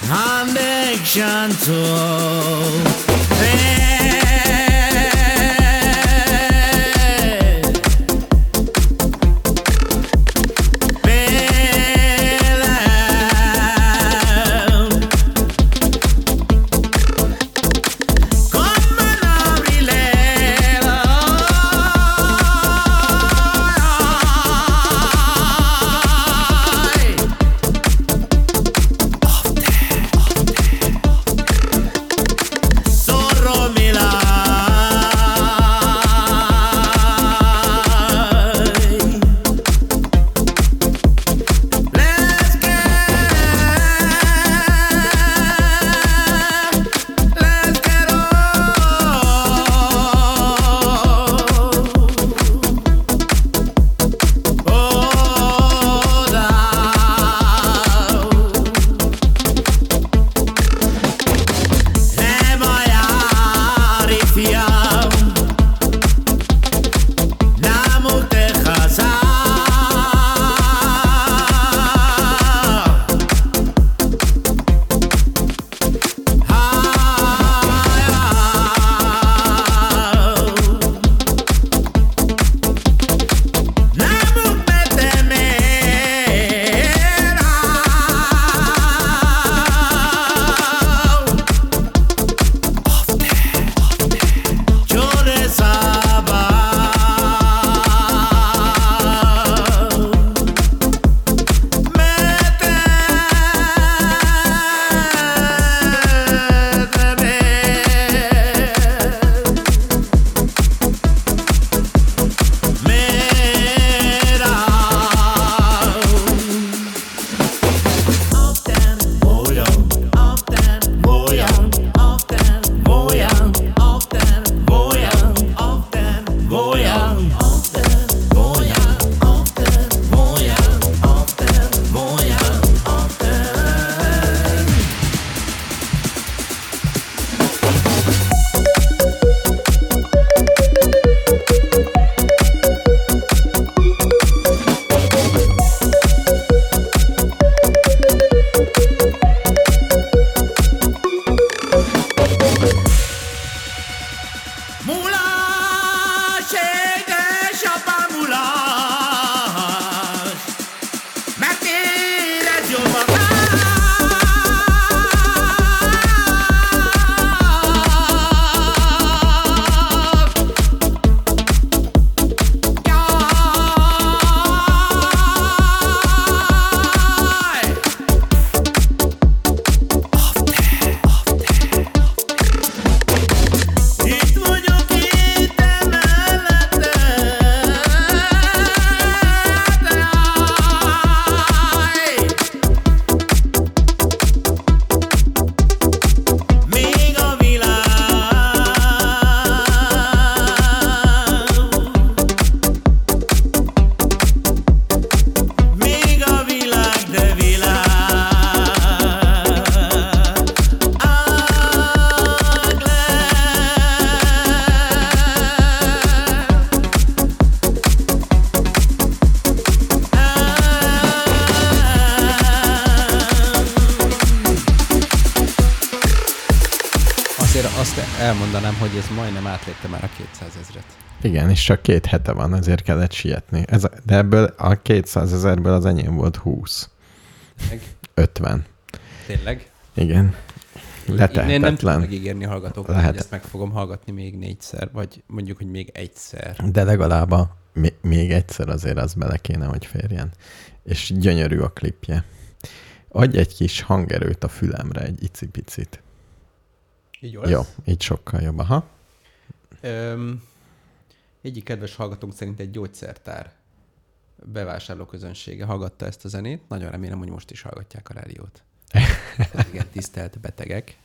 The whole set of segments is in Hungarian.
azt elmondanám, hogy ez majdnem átlépte már a 200 000-et. Igen, és csak 2 hete van, ezért kellett sietni. De ebből a 200 000-ből az enyém volt 20. Meg? 50. Tényleg? Igen. Letehetetlen. Én nem tudom megígérni a hallgatóknak, hogy ezt meg fogom hallgatni még 4-szer, vagy mondjuk, hogy még 1-szer. De legalább még egyszer azért az bele kéne, hogy férjen. És gyönyörű a klipje. Adj egy kis hangerőt a fülemre, egy icipicit. Így jó lesz? Jó, így sokkal jobb. Aha. Egyik kedves hallgatónk szerint egy gyógyszertár bevásárló közönsége hallgatta ezt a zenét. Nagyon remélem, hogy most is hallgatják a rádiót. Igen, tisztelt betegek.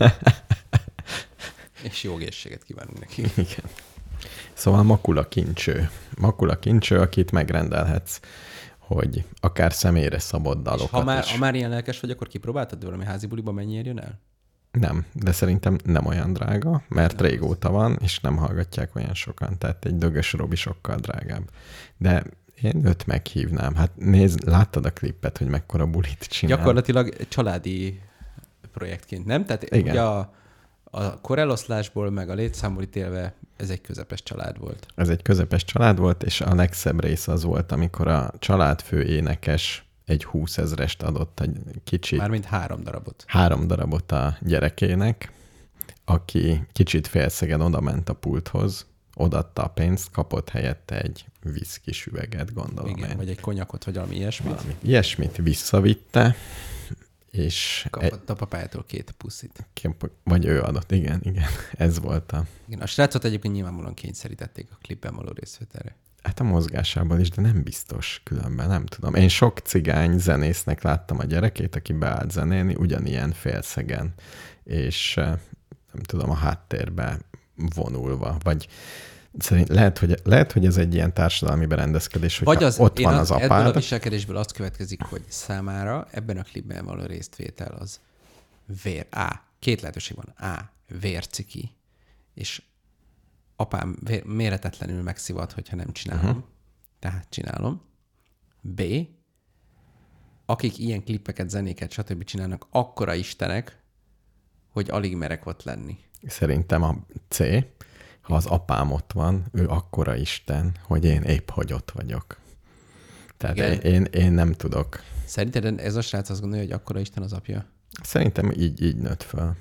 És jó egészséget kívánunk neki. Igen. Szóval Makula Kincső. Makula Kincső, akit megrendelhetsz, hogy akár személyre szabott dalokat ha már ilyen lelkes vagy, akkor kipróbáltad valami házi buliba, mennyiért jön el? Nem, de szerintem nem olyan drága, mert nem régóta van, és nem hallgatják olyan sokan, tehát egy dögös Robi sokkal drágább. De én őt meghívnám. Hát nézd, láttad a klippet, hogy mekkora bulit csinál? Gyakorlatilag családi projektként, nem? Tehát Igen. ugye a koreloszlásból, meg a létszámból ítélve ez egy közepes család volt. Ez egy közepes család volt, és a legszebb rész az volt, amikor a családfő énekes egy 20 000-est adott egy kicsit. Mármint 3 darabot. 3 darabot a gyerekének, aki kicsit félszegen oda ment a pulthoz, odaadta a pénzt, kapott helyette egy viszkis üveget, gondolom Igen, én. vagy egy konyakot, vagy valami ilyesmit. Valami ilyesmit visszavitte, és... Kapott a papájától 2 puszit. Vagy ő adott, igen, ez volt a... Igen, a srácot egyébként nyilvánvalóan kényszerítették a klipben való részvételre. Hát a mozgásából is, de nem biztos különben, nem tudom. Én sok cigány zenésznek láttam a gyerekét, aki beállt zenélni, ugyanilyen félszegen, és nem tudom, a háttérbe vonulva, vagy szerint lehet, hogy ez egy ilyen társadalmi berendezkedés, hogy ott van az apád. Ebből a viselkedésből azt következik, hogy számára ebben a klipben való résztvétel az két lehetőség van. A. Vérciki, és apám méretetlenül megszivat, hogyha nem csinálom. Tehát csinálom. B. Akik ilyen klippeket, zenéket, stb. Csinálnak, akkora istenek, hogy alig merek ott lenni. Szerintem a C. Ha az apám ott van, ő akkora isten, hogy én épp hogy ott vagyok. Tehát én nem tudok. Szerinted ez a srác azt gondolja, hogy akkora isten az apja? Szerintem így nőtt fel.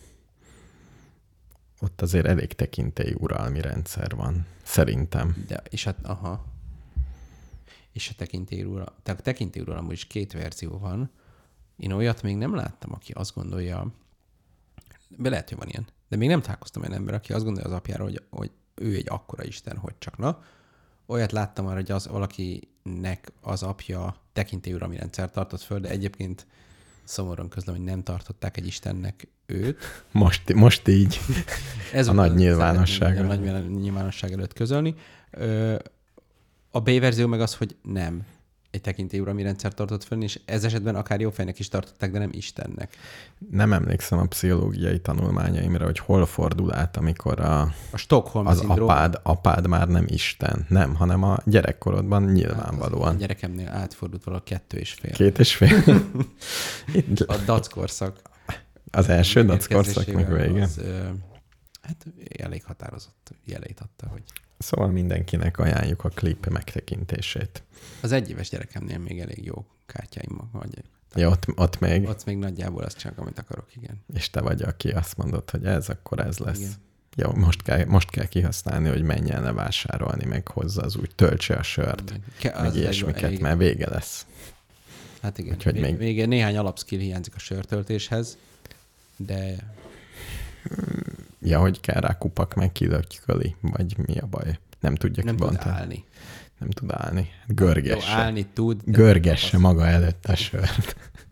Ott azért elég tekintélyuralmi rendszer van. Szerintem. De, és És a tekintélyuralomból is 2 verzió van. Én olyat még nem láttam, aki azt gondolja, de lehet, hogy van ilyen. De még nem találkoztam olyan ember, aki azt gondolja az apjáról, hogy ő egy akkora isten, hogy csak na. Olyat láttam már, hogy valakinek az apja tekintélyuralmi rendszer tartott föl, de egyébként szomorúan közlöm, hogy nem tartották egy istennek őt. Most így Ez a nagy nyilvánosság. A nagy nyilvánosság előtt közölni. A B verzió meg az, hogy nem egy tekintélyuralmi rendszer tartott fönn, és ez esetben akár jó fejnek is tartották, de nem Istennek. Nem emlékszem a pszichológiai tanulmányaimra, hogy hol fordul át, amikor a Stockholm az szindróma. apád már nem Isten. Nem, hanem a gyerekkorodban nyilvánvalóan. A gyerekemnél átfordult valahol 2,5. 2,5? A dac korszak. Az első dac korszak meg vége. Hát elég határozott jelét adta, hogy... Szóval mindenkinek ajánljuk a klip megtekintését. Az 1 éves gyerekemnél még elég jó kártyáim vagy. Ja, ott még? Ott még nagyjából azt csinálok, amit akarok, igen. És te vagy, aki azt mondod, hogy akkor ez lesz. Igen. Jó, most kell kihasználni, hogy menjen le vásárolni, meg hozza az úgy, töltse a sört, meg ilyesmiket, mert vége lesz. Hát igen, Úgyhogy még néhány alapskill hiányzik a sörtöltéshez, de... Ja, hogy kell rá kupak, meg kilötyköli, vagy mi a baj? Nem tudja kibontani. Nem tud állni. Görgesse. Jó, állni tud. Görgesse maga előtt a sört.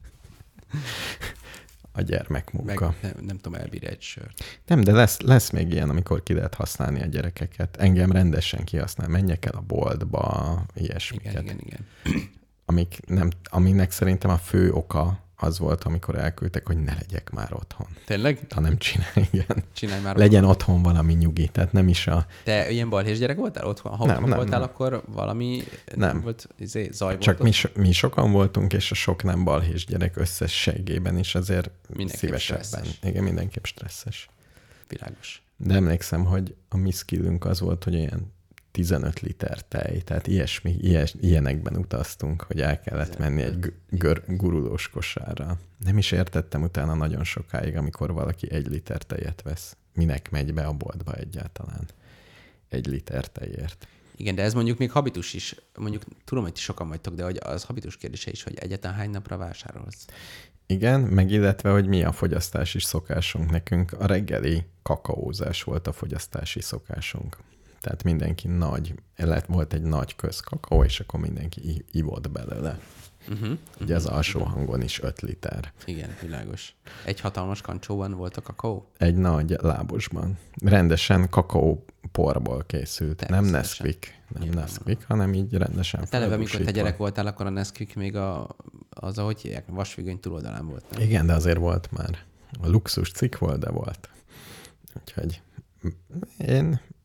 A gyermekmunka. Nem tudom, elbírja egy sört. Nem, de lesz még ilyen, amikor ki lehet használni a gyerekeket. Engem rendesen kihasznál. Menjek el a boltba, ilyesmiket. Igen. Aminek szerintem a fő oka az volt, amikor elküldtek, hogy ne legyek már otthon. Tényleg? Nem igen. Csinálj már legyen otthon valami nyugi, tehát nem is a... Te ilyen balhés gyerek voltál otthon? Ha otthon voltál, akkor valami volt, zaj csak volt? mi sokan voltunk, és a sok nem balhés gyerek összességében is azért szívesebben. Stresszes. Igen, mindenképp stresszes. Világos. De emlékszem, hogy a mi skillünk az volt, hogy ilyen 15 liter tej, tehát ilyenekben utaztunk, hogy el kellett menni egy gurulós kosárral. Nem is értettem utána nagyon sokáig, amikor valaki 1 liter tejet vesz. Minek megy be a boltba egyáltalán 1 liter tejért? Igen, de ez mondjuk még habitus is. Mondjuk tudom, hogy ti sokan vagytok, de hogy az habitus kérdése is, hogy egyáltalán hány napra vásárolsz? Igen, meg illetve, hogy mi a fogyasztási szokásunk nekünk. A reggeli kakaózás volt a fogyasztási szokásunk. Tehát mindenki volt egy nagy közkakaó, és akkor mindenki ivott belőle. Ugye az alsó hangon is 5 liter. Igen, világos. Egy hatalmas kancsóban volt a kakaó? Egy nagy lábosban. Rendesen kakaó porból készült. Nem Nesquik, hanem így rendesen hát eleve, amikor te gyerek voltál, akkor a Nesquik még az, ahogy hívják, vasfüggöny túloldalán volt. Nem? Igen, de azért volt már. A luxus cikk volt, de volt. Úgyhogy én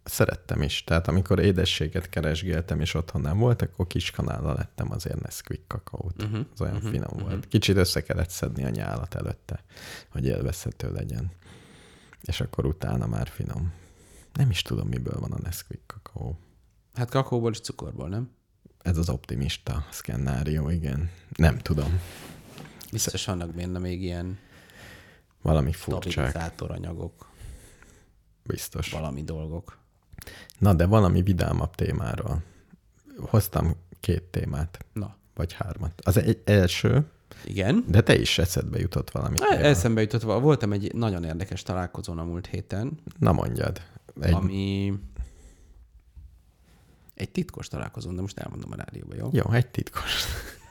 Szerettem is. Tehát amikor édességet keresgéltem, és otthon nem volt, akkor kis kanállal lettem azért Nesquik kakaót. Az olyan finom volt. Kicsit össze kellett szedni a nyálat előtte, hogy élvezhető legyen. És akkor utána már finom. Nem is tudom, miből van a Nesquik kakaó. Hát kakaóból és cukorból, nem? Ez az optimista szkennárió, igen. Nem tudom. Biztos vannak benne még ilyen valami furcsák. stabilizátoranyagok. Biztos. Valami dolgok. Na, de valami vidámabb témáról. Hoztam 2 témát. Na. Vagy 3. Az első. Igen. De te is eszedbe jutott valami. Eszembe jutott. Voltam egy nagyon érdekes találkozón a múlt héten. Na mondjad. Ami egy titkos találkozón, de most elmondom a rádióba, jó? Jó, egy titkos.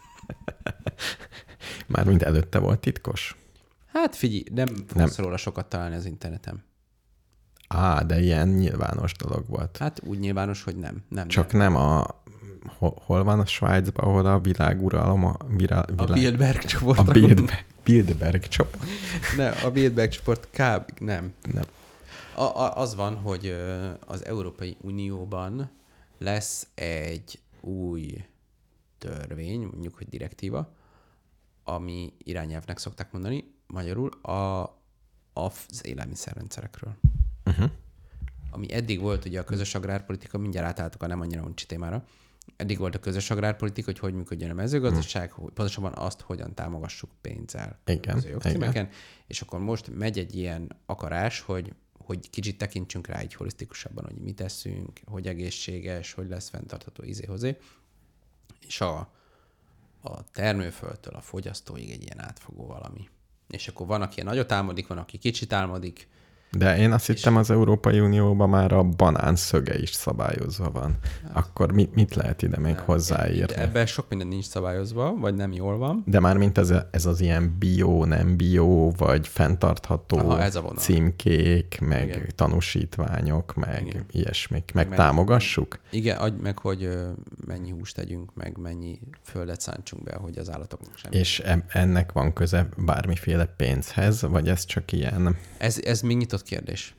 Mármint előtte volt titkos? Hát figyelj, nem fogsz róla sokat találni az interneten. De ilyen nyilvános dolog volt. Hát úgy nyilvános, hogy nem. Csak nem hol van a Svájcban, ahol a világuralom a Bilderberg csoport. A Bilderberg csoport. Ne, a Bilderberg csoport nem. Az van, hogy az Európai Unióban lesz egy új törvény, mondjuk, hogy direktíva, ami irányelvnek szokták mondani, magyarul az élelmiszerrendszerekről. Ami eddig volt ugye a közös agrárpolitika, mindjárt átálltok a nem annyira uncsi témára. Eddig volt a közös agrárpolitika, hogy működjön a mezőgazdaság, pontosabban azt, hogyan támogassuk pénzzel igen. És akkor most megy egy ilyen akarás, hogy kicsit tekintsünk rá így holisztikusabban, hogy mit eszünk, hogy egészséges, hogy lesz fenntartható ízé-hozé. És a termőföldtől a fogyasztóig egy ilyen átfogó valami. És akkor van, aki nagyot álmodik, van, aki kicsit álmodik. De én azt hittem, az Európai Unióban már a banán szöge is szabályozva van. Hát, akkor mit lehet ide még hozzáírni? Ebben sok minden nincs szabályozva, vagy nem jól van. De már mint ez az ilyen bio, nem bio, vagy fenntartható címkék, meg igen. Tanúsítványok, meg igen. Ilyesmik. Meg támogassuk? Igen, meg hogy mennyi húst tegyünk, meg mennyi földet szántsunk be, hogy az állatoknak semmi. És ennek van köze bármiféle pénzhez, vagy ez csak ilyen? Ez még nyitott kérdés.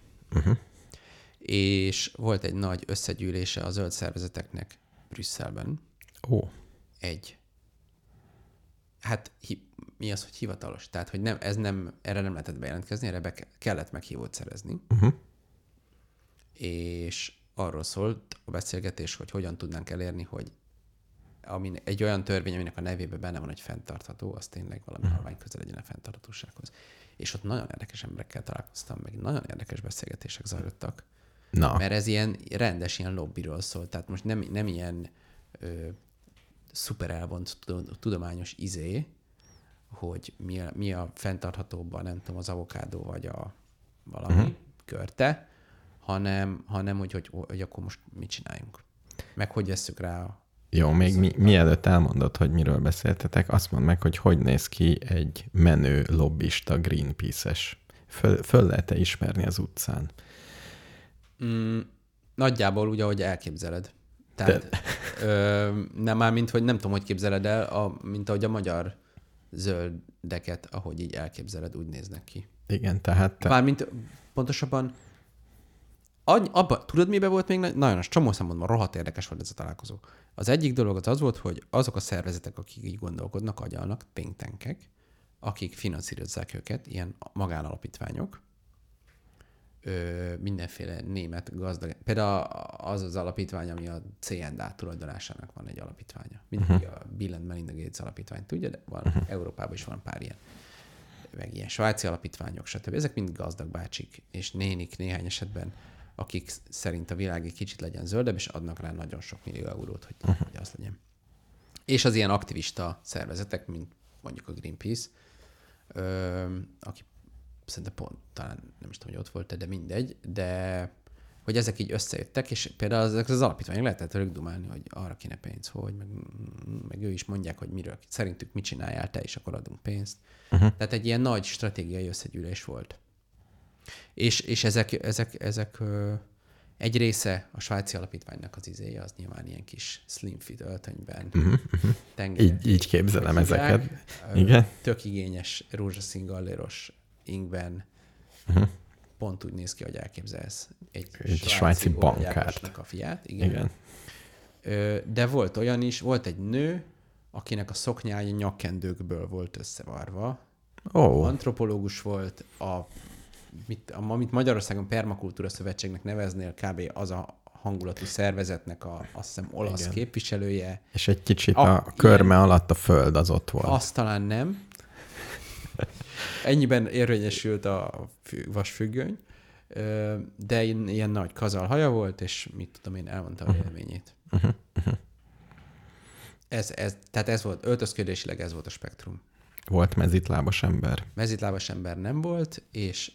És volt egy nagy összegyűlése a zöld szervezeteknek Brüsszelben. Hát mi az, hogy hivatalos? Tehát, hogy erre nem lehetett bejelentkezni, erre kellett meghívót szerezni. És arról szólt a beszélgetés, hogy hogyan tudnánk elérni, hogy egy olyan törvény, aminek a nevében benne van, hogy fenntartható, az tényleg valami halvány közel legyen a fenntarthatósághoz. És ott nagyon érdekes emberekkel találkoztam, meg nagyon érdekes beszélgetések zajlottak. Mert ez ilyen rendes ilyen lobbyról szól. Tehát most nem ilyen szuper elvont tudományos hogy mi a fenntarthatóbban, nem tudom, az avokádó vagy a valami körte, hanem hogy akkor most mit csináljunk. Meg hogy vesszük rá Jó, még mielőtt elmondod, hogy miről beszéltetek, azt mondd meg, hogy néz ki egy menő lobbista Greenpeace-es. Föl lehet-e ismerni az utcán? Nagyjából úgy, ahogy elképzeled. Tehát mint hogy nem tudom, hogy képzeled el, mint ahogy a magyar zöldeket, ahogy így elképzeled, úgy néznek ki. Igen, tehát... Mármint pontosabban tudod, miben volt még nagyon csomó szempontból rohadt érdekes volt ez a találkozó. Az egyik dolog az volt, hogy azok a szervezetek, akik így gondolkodnak, agyalnak, think tankek, akik finanszírozzák őket, ilyen magánalapítványok, mindenféle német gazdag... Például az alapítvány, ami a C&A tulajdonásának van egy alapítványa. Mindig a Bill and Melinda Gates alapítvány, tudja, de van, Európában is van pár ilyen. Meg ilyen svájci alapítványok, stb. Ezek mind gazdag bácsik és nénik néhány esetben, akik szerint a világ egy kicsit legyen zöldebb, és adnak rá nagyon sok millió eurót, hogy az legyen. És az ilyen aktivista szervezetek, mint mondjuk a Greenpeace, aki szerintem pont, talán nem is tudom, hogy ott volt, de mindegy, de hogy ezek így összejöttek, és például ezek az alapítványok lehetett velük dumálni, hogy arra kéne pénz, hogy, meg ő is mondják, hogy miről, szerintük mit csináljál te, és akkor adunk pénzt. Tehát egy ilyen nagy stratégiai összegyűlés volt. És ezek egy része a svájci alapítványnak az izéje, az nyilván ilyen kis slim fit öltönyben. Így képzelem ezeket. Igen. Tök igényes rózsaszín galléros ingben. pont úgy néz ki, hogy elképzelsz. Egy svájci bankárt. A fiát, igen. De volt olyan is, volt egy nő, akinek a szoknyája nyakkendőkből volt összevarva. Antropológus volt, amit Magyarországon Permakultúra Szövetségnek neveznél, kb. Az a hangulatú szervezetnek azt hiszem olasz képviselője. És egy kicsit a körme alatt a föld az ott volt. Azt talán nem. Ennyiben érvényesült a vasfüggöny, de ilyen nagy kazal haja volt, és mit tudom én, elmondta a véleményét. Tehát ez volt, öltözködésileg ez volt a spektrum. Volt mezitlábas ember? Mezitlábas ember nem volt, és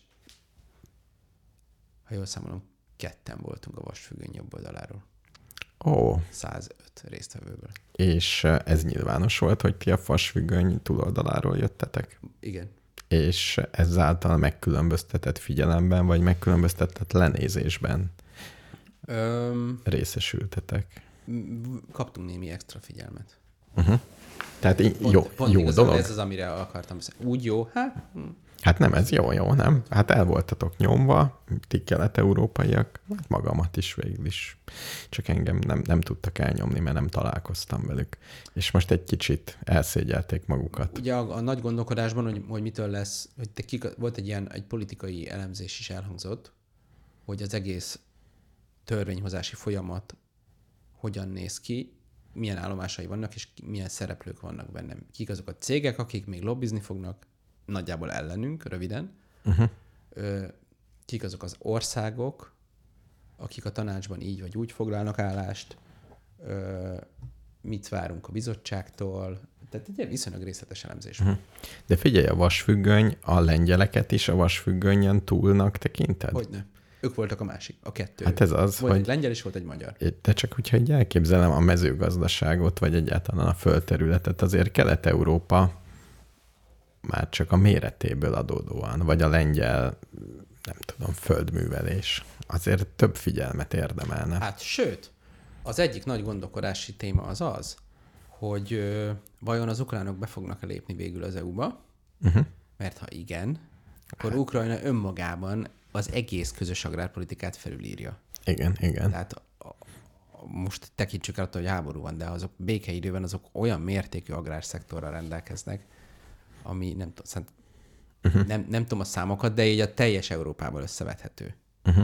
ha jól számolom, 2 voltunk a vasfüggöny jobb oldaláról. 105 résztvevőből. És ez nyilvános volt, hogy ti a vasfüggöny túloldaláról jöttetek? Igen. És ezáltal megkülönböztetett figyelemben, vagy megkülönböztetett lenézésben részesültetek? Kaptunk némi extra figyelmet. Tehát jó dolog. Ez az, amire akartam beszélni. Úgy jó? Hát nem, ez jó, nem? Hát el voltatok nyomva, ti kelet-európaiak, hát magamat is végül is. Csak engem nem tudtak elnyomni, mert nem találkoztam velük. És most egy kicsit elszégyelték magukat. Ugye a nagy gondolkodásban, hogy mitől lesz, hogy volt egy politikai elemzés is elhangzott, hogy az egész törvényhozási folyamat hogyan néz ki, milyen állomásai vannak, és milyen szereplők vannak benne. Kik azok a cégek, akik még lobbizni fognak, nagyjából ellenünk, röviden. Kik azok az országok, akik a tanácsban így vagy úgy foglalnak állást, mit várunk a bizottságtól. Tehát egy viszonylag részletes elemzés. De figyelj, a vasfüggöny, a lengyeleket is a vasfüggönyen túlnak tekinted? Hogyne. Ők voltak a másik, a 2. Hát ez az, volt hogy... egy lengyel és volt egy magyar. De csak hogyha így elképzelem a mezőgazdaságot, vagy egyáltalán a földterületet, azért Kelet-Európa már csak a méretéből adódóan, vagy a lengyel, nem tudom, földművelés azért több figyelmet érdemelne. Hát sőt, az egyik nagy gondolkodási téma az, hogy vajon az ukránok be fognak lépni végül az EU-ba, mert ha igen, akkor Ukrajna önmagában az egész közös agrárpolitikát felülírja. Igen. Tehát most tekintsük el attól, hogy háború van, de azok békeidőben azok olyan mértékű agrárszektorral rendelkeznek, ami nem tudom a számokat, de így a teljes Európával összevethető.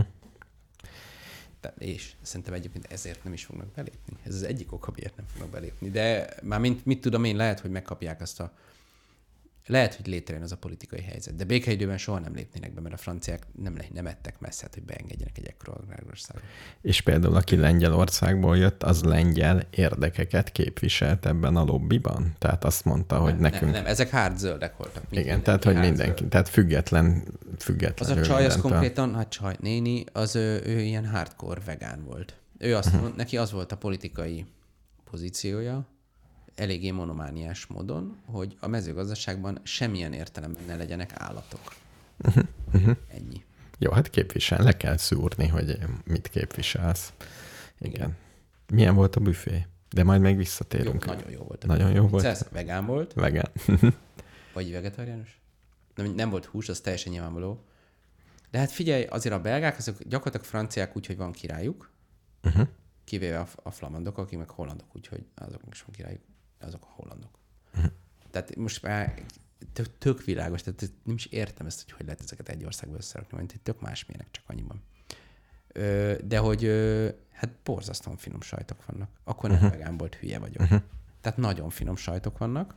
És szerintem egyébként ezért nem is fognak belépni. Ez az egyik ok, miért nem fognak belépni. De már mit tudom én, lehet, hogy megkapják azt lehet, hogy létrejön az a politikai helyzet. De békeidőben soha nem lépnének be, mert a franciák nem ettek messze, hogy beengedjenek egy ekkora agrárországot. És például aki Lengyelországból jött, az lengyel érdekeket képviselt ebben a lobbiban? Tehát azt mondta, hogy nekünk... Nem, ezek hárdzöldek voltak. Igen, tehát hogy mindenki, tehát független. Az a csaj, az konkrétan, néni, ő ilyen hardcore vegán volt. Ő azt mondta, neki az volt a politikai pozíciója, eléggé monomániás módon, hogy a mezőgazdaságban semmilyen értelemben ne legyenek állatok. Ennyi. Jó, hát le kell szúrni, hogy mit képviselsz. Igen. Milyen volt a büfé? De majd még visszatérünk. Nagyon jó volt. Nagyon jó volt. Ez vegán volt. Vegán. Vagy vegetáriánus? Nem volt hús, az teljesen nyilvánvaló. De hát figyelj, azért a belgák, azok gyakorlatilag franciák úgy, hogy van királyuk, kivéve a flamandok, akik meg hollandok, úgyhogy azoknak is van királyuk. Azok a hollandok. Tehát most már tök világos, tehát nem is értem ezt, hogy lehet ezeket egy országba összerakni, mert tök másmilyenek csak annyiban. De hogy hát borzasztóan finom sajtok vannak. Akkor nem vegán volt, hülye vagyok. Tehát nagyon finom sajtok vannak,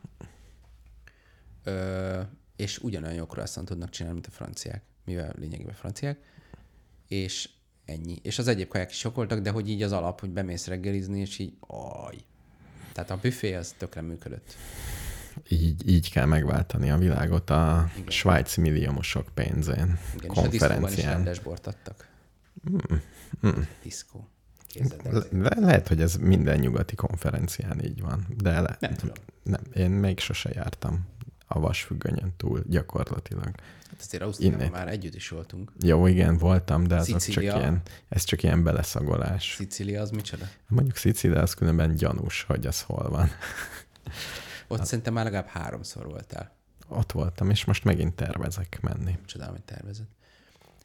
és ugyanolyan jó croissant tudnak csinálni, mint a franciák, mivel lényegében franciák, és ennyi. És az egyéb kaják is sok voltak, de hogy így az alap, hogy bemész reggelizni, és így Tehát a büfé az tökre működött. Így kell megváltani a világot a svájci milliómosok pénzén. Igen, konferencián. És a diszkóban is rendes bort adtak. Diszkó. Lehet, hogy ez minden nyugati konferencián így van, de nem tudom. Nem, én még sose jártam a vasfüggönyön túl gyakorlatilag. Hát azért Ausztriában már együtt is voltunk. Jó, igen, voltam, de ez csak ilyen beleszagolás. Szicília az micsoda? Mondjuk Szicília az különben gyanús, hogy az hol van. Ott szerintem már legalább 3-szor voltál. Ott voltam, és most megint tervezek menni. Csodálom, hogy tervezed.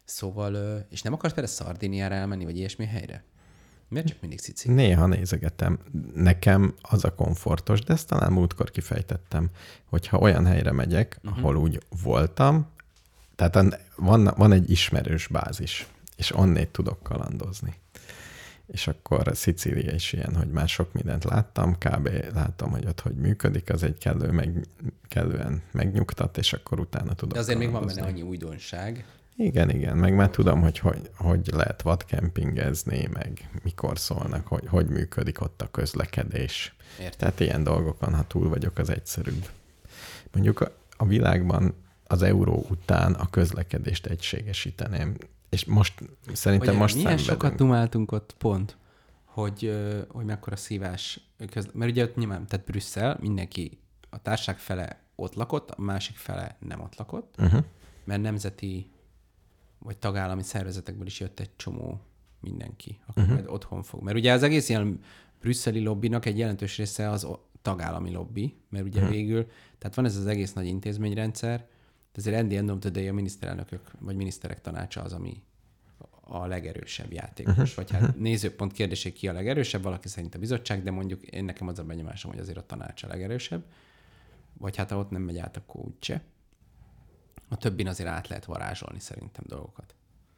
Szóval, és nem akarsz például Szardiniára elmenni, vagy ilyesmi helyre? Miért csak mindig Szicília? Néha nézegetem. Nekem az a komfortos, de ezt talán múltkor kifejtettem, hogyha olyan helyre megyek, ahol úgy voltam, tehát van egy ismerős bázis, és onnét tudok kalandozni. És akkor Szicília is ilyen, hogy már sok mindent láttam, kb. Látom, hogy ott hogy működik, az egy kellően megnyugtat, és akkor utána tudok De azért kalandozni. még van benne annyi újdonság. Igen, meg már tudom, hogy lehet vadkempingezni, meg mikor szólnak, hogy működik ott a közlekedés. Értem. Tehát ilyen dolgokon, ha túl vagyok, az egyszerűbb. Mondjuk a világban az euró után a közlekedést egységesíteném. És szerintem most milyen szenvedünk. sokat dumáltunk ott pont, hogy mekkora szívás. Mert ugye ott nyilván, tehát Brüsszel, mindenki, a társaság fele ott lakott, a másik fele nem ott lakott, mert nemzeti vagy tagállami szervezetekből is jött egy csomó mindenki, aki majd otthon fog. Mert ugye az egész ilyen brüsszeli lobbinak egy jelentős része az tagállami lobby, mert ugye végül, tehát van ez az egész nagy intézményrendszer, ezért at the end of the day a miniszterelnökök vagy miniszterek tanácsa az, ami a legerősebb játékos. Vagy hát nézőpont kérdésé ki a legerősebb, valaki szerint a bizottság, de mondjuk én nekem az a benyomásom, hogy azért a tanács a legerősebb. Vagy hát ha ott nem megy át, akkor úgyse. A többin azért át lehet varázsolni szerintem dolgokat.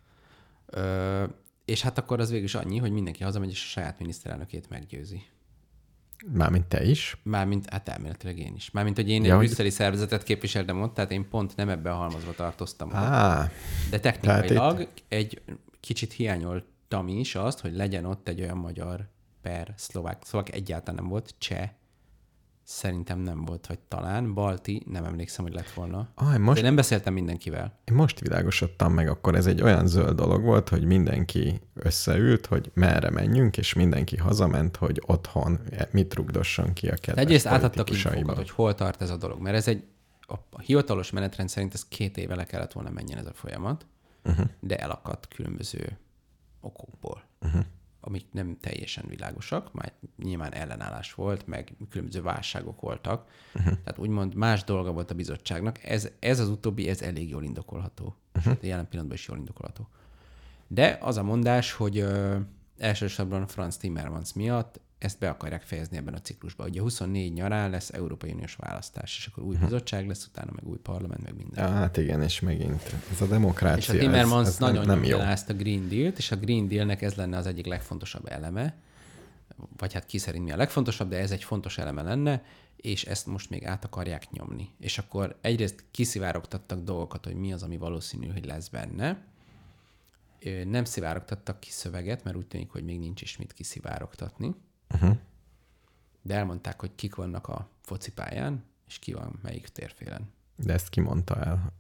És hát akkor az végül is annyi, hogy mindenki hazamegy, és a saját miniszterelnökét meggyőzi. Mármint te is? Hát elméletileg én is. Mármint, hogy én egy brüsszeli szervezetet képviseltem ott, tehát én pont nem ebbe a halmazba tartoztam. De technikailag egy kicsit hiányoltam is azt, hogy legyen ott egy olyan magyar per szlovák. Szlovák egyáltalán nem volt, cseh szerintem nem volt, vagy talán. Balti, nem emlékszem, hogy lett volna. De nem beszéltem mindenkivel. Én most világosodtam meg, akkor ez egy olyan zöld dolog volt, hogy mindenki összeült, hogy merre menjünk, és mindenki hazament, hogy otthon mit rugdosson ki a kedves egyrészt átadtak infokat, hogy hol tart ez a dolog, mert ez a hivatalos menetrend szerint ez 2 éve le kellett volna menjen ez a folyamat, de elakadt különböző okokból. Amik nem teljesen világosak, majd nyilván ellenállás volt, meg különböző válságok voltak. Tehát úgymond más dolga volt a bizottságnak. Ez az utóbbi, ez elég jól indokolható. Jelen pillanatban is jól indokolható. De az a mondás, hogy elsősorban Franz Timmermans miatt ezt be akarják fejezni ebben a ciklusban. Ugye 24 nyarán lesz Európai Uniós választás, és akkor új bizottság lesz, utána meg új parlament, meg minden. Hát igen, és megint ez a demokrácia. És a Timmermans nagyon nem jó. Ezt a Green Deal-t, és a Green Deal-nek ez lenne az egyik legfontosabb eleme, vagy hát ki szerint mi a legfontosabb, de ez egy fontos eleme lenne, és ezt most még át akarják nyomni. És akkor egyrészt kiszivárogtattak dolgokat, hogy mi az, ami valószínű, hogy lesz benne. Nem szivárogtattak ki szöveget, mert úgy tűnik, hogy még nincs is mit kiszivárogtatni. De elmondták, hogy kik vannak a focipályán, és ki van melyik térfélen. De ezt ki mondta el?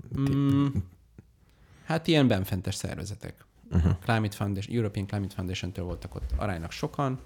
Hát ilyen benfentes szervezetek. Climate Foundation, European Climate Foundation-től voltak ott aránylag sokan.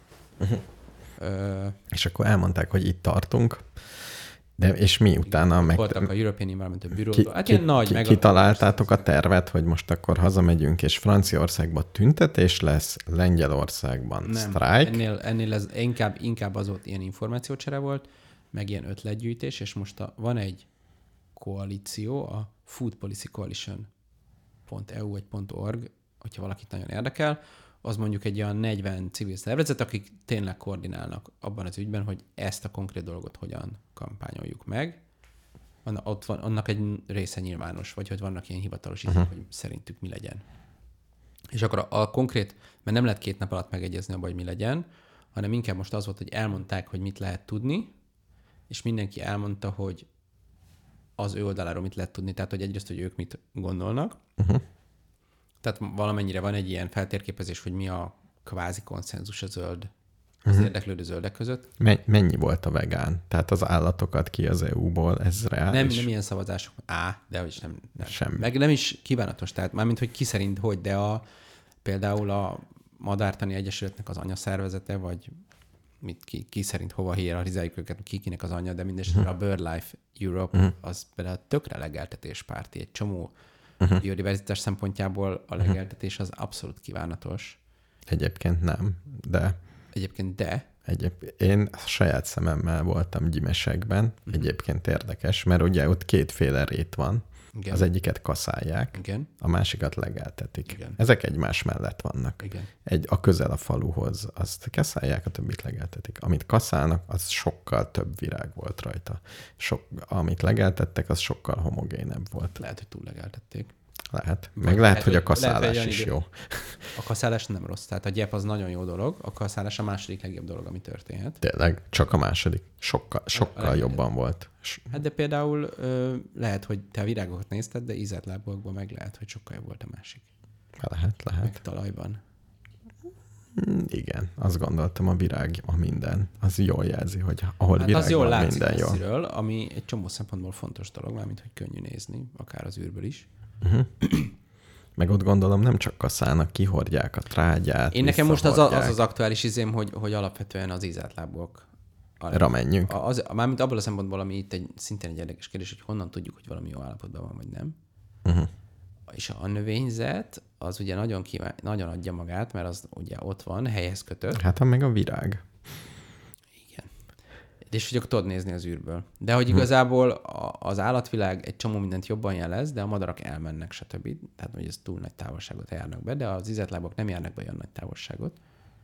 És akkor elmondták, hogy itt tartunk. És mi utána voltak a European Environmental Bureau-tól. Hát ilyen nagy kitaláltátok a tervet, hogy most akkor hazamegyünk, és Franciaországban tüntetés lesz, Lengyelországban sztrájk. Ennél ez inkább az volt, ilyen információcsere volt, meg ilyen ötletgyűjtés, és most van egy koalíció, a Food Policy Coalition.eu vagy .org, hogyha valakit nagyon érdekel, az mondjuk egy olyan 40 civil szervezet, akik tényleg koordinálnak abban az ügyben, hogy ezt a konkrét dolgot hogyan kampányoljuk meg. Ott van, annak egy része nyilvános, vagy hogy vannak ilyen hivatalos izék, hogy szerintük mi legyen. És akkor a konkrét, mert nem lehet 2 nap alatt megegyezni abban, hogy mi legyen, hanem inkább most az volt, hogy elmondták, hogy mit lehet tudni, és mindenki elmondta, hogy az ő oldaláról mit lehet tudni, tehát hogy egyrészt, hogy ők mit gondolnak. Tehát valamennyire van egy ilyen feltérképezés, hogy mi a kvázi konszenzus a zöld, az érdeklődő zöldek között. Mennyi volt a vegán? Tehát az állatokat ki az EU-ból, ez reális? Nem ilyen szavazások. De hogy nem. Semmi. Meg nem is kívánatos, tehát mármint, hogy ki szerint hogy, de például a Madártani Egyesületnek az anyaszervezete, vagy ki szerint hova hierarchizáljuk őket, kinek az anya, de mindesetre a BirdLife Europe az például tökre legeltetéspárti. Egy csomó biodiverzitás szempontjából a legeltetés az abszolút kívánatos. Egyébként nem, de... Én saját szememmel voltam Gyimesekben, egyébként érdekes, mert ugye ott 2 rét van. Igen. Az egyiket kaszálják, Igen. a másikat legeltetik. Igen. Ezek egymás mellett vannak. Igen. A közel a faluhoz, azt kaszálják, a többit legeltetik. Amit kaszálnak, az sokkal több virág volt rajta. Amit legeltettek, az sokkal homogénebb volt. Lehet, hogy túllegeltették. Lehet. Meg lehet, hogy a kaszálás lehet, is jó. A kaszálás nem rossz. Tehát a gyep az nagyon jó dolog, a kaszálás a második legjobb dolog, ami történhet. Tényleg, csak a második. Sokkal jobban volt. Hát de például lehet, hogy te a virágokat nézted, de ízeltlábúakban meg lehet, hogy sokkal jobb volt a másik. Lehet. Meg talajban. Igen, azt gondoltam, a virág, a minden. Az jól jelzi, hogy ahol virág az jól van, látszik minden jó. messziről, ami egy csomó szempontból fontos dolog, mármint, hogy könnyű nézni, akár az űrből is. Meg ott gondolom nem csak kaszálnak, kihordják a trágyát. Én nekem most az aktuális izém, hogy alapvetően az ízeltlábúak. Menjünk. Mármint abból a szempontból, ami itt szintén egy érdekes kérdés, hogy honnan tudjuk, hogy valami jó állapotban van, vagy nem. És a növényzet az ugye nagyon adja magát, mert az ugye ott van, helyhez kötött. Hát meg a virág. Igen. És hogy akkor tudod nézni az űrből. De hogy igazából az állatvilág egy csomó mindent jobban jelez, de a madarak elmennek, stb. Tehát, hogy ez túl nagy távolságot járnak be, de az ízeltlábúak nem járnak be olyan nagy távolságot.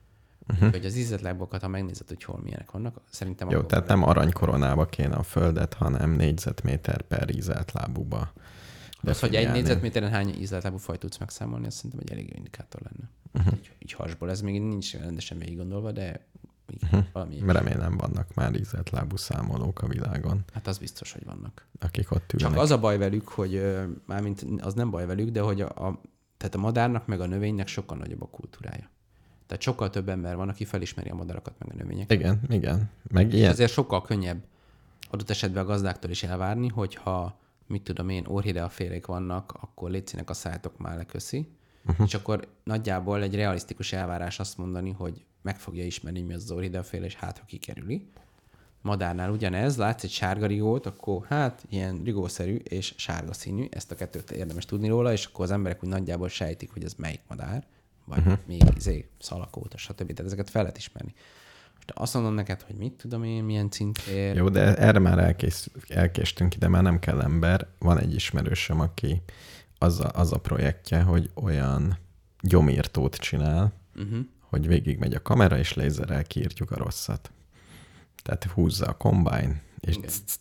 Hogy az ízeltlábúakat, ha megnézed, hogy hol milyenek vannak, szerintem... Jó, tehát nem aranykoronába kéne a földet, hanem négyzetméter per ízeltlábúba. Az, hogy egy négyzetméteren hány ízeltlábú fajt tudsz megszámolni, azt szerintem egy elég jó indikátor lenne. Így hasból. Ez még nincs rendesen végig gondolva, de valami... Remélem vannak már ízeltlábú számolók a világon. Hát az biztos, hogy vannak. Akik ott ülnek. Csak az a baj velük, hogy mármint az nem baj velük, de hogy tehát a madárnak meg a növénynek sokkal nagyobb a kultúrája. Tehát sokkal több ember van, aki felismeri a madarakat meg a növényeket. Igen. Meg ilyen. Ezért sokkal könnyebb adott esetben a gazdáktól is elvárni, hogyha mit tudom én, orchideafélék vannak, akkor létszínek a szájtok már leköszi, és akkor nagyjából egy realisztikus elvárás azt mondani, hogy meg fogja ismerni, mi az az orchideaféle, és hát, ha kikerüli. Madárnál ugyanez, látsz egy sárga rigót, akkor hát ilyen rigószerű és sárga színű, ezt a kettőt érdemes tudni róla, és akkor az emberek úgy nagyjából sejtik, hogy ez melyik madár, vagy még szalakóta, stb. Tehát ezeket fel lehet ismerni. Most azt mondom neked, hogy mit tudom én, milyen cinktér. Jó, de erre már elkéstünk, ide már nem kell ember. Van egy ismerősöm, aki az a projektje, hogy olyan gyomírtót csinál, hogy végigmegy a kamera, és lézerrel kiírtjuk a rosszat. Tehát húzza a kombájn, és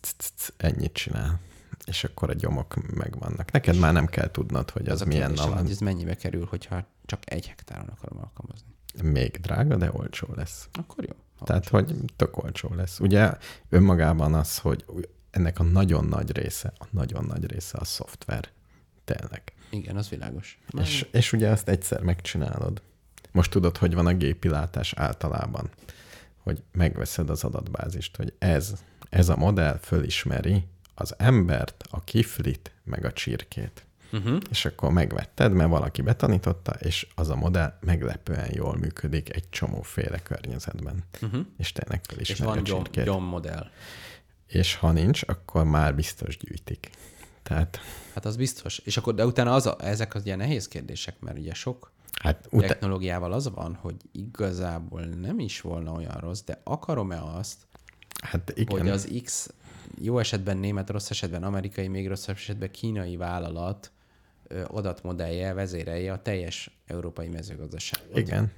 ennyit csinál. És akkor a gyomok megvannak. Neked már nem kell tudnod, hogy az milyen nap. Hogy ez mennyibe kerül, hogyha csak 1 hektáron akarom alkalmazni. Még drága, de olcsó lesz. Akkor jó. Tehát, hogy tök olcsó lesz. Ugye önmagában az, hogy ennek a nagyon nagy része a szoftver. Tényleg. Igen, az világos. És ugye azt egyszer megcsinálod. Most tudod, hogy van a gépilátás általában, hogy megveszed az adatbázist, hogy ez a modell fölismeri az embert, a kiflit, meg a csirkét. És akkor megvetted, mert valaki betanította, és az a modell meglepően jól működik egy csomóféle környezetben. És tényleg felismeri a csirkét. És van gyom-modell. És ha nincs, akkor már biztos gyűjtik. Tehát... Hát az biztos. És akkor, de utána ezek az ilyen nehéz kérdések, mert ugye sok technológiával az van, hogy igazából nem is volna olyan rossz, de akarom-e azt, hogy az X jó esetben német, rossz esetben amerikai, még rosszabb esetben kínai vállalat adatmodellje, vezérelje a teljes európai mezőgazdaságot. Igen.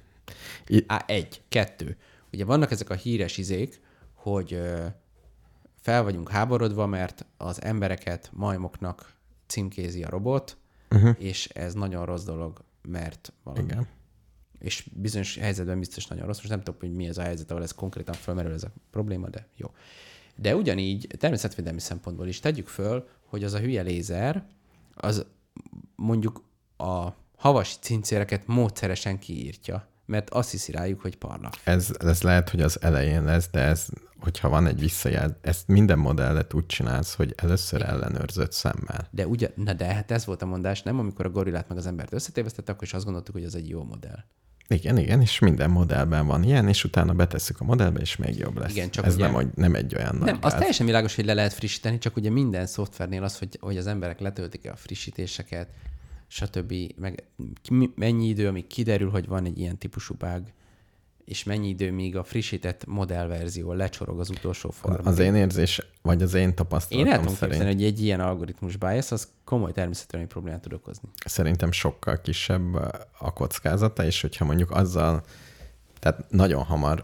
1. 2. Ugye vannak ezek a híres izék, hogy fel vagyunk háborodva, mert az embereket majmoknak címkézi a robot, és ez nagyon rossz dolog, mert valami. Igen. És bizonyos helyzetben biztos nagyon rossz. Most nem tudom, hogy mi ez a helyzet, ahol ez konkrétan felmerül ez a probléma, de jó. De ugyanígy természetvédelmi szempontból is tegyük föl, hogy az a hülye lézer, az mondjuk a havasi cincéreket módszeresen kiírtja, mert azt hiszi rájuk, hogy parlak. Ez lehet, hogy az elején lesz, de hogyha van egy visszajelz, ezt minden modellet úgy csinálsz, hogy először ellenőrzött szemmel. De hát ez volt a mondás, nem? Amikor a gorillát meg az embert összetévesztette, akkor is azt gondoltuk, hogy ez egy jó modell. Igen, és minden modellben van ilyen, és utána betesszük a modellbe, és még jobb lesz. Igen, csak ez ugye, nem egy olyan nagy nem, az teljesen világos, hogy le lehet frissíteni, csak ugye minden szoftvernél az, hogy az emberek letöltik a frissítéseket, stb. Meg mennyi idő, amíg kiderül, hogy van egy ilyen típusú bug, és mennyi idő, míg a frissített modellverzió lecsorog az utolsó formig. Az én érzés, vagy az én tapasztalatom Én el tudom képzelni, hogy egy ilyen algoritmus bias, az komoly természetesen problémát tud okozni. Szerintem sokkal kisebb a kockázata, és hogyha mondjuk azzal, tehát nagyon hamar,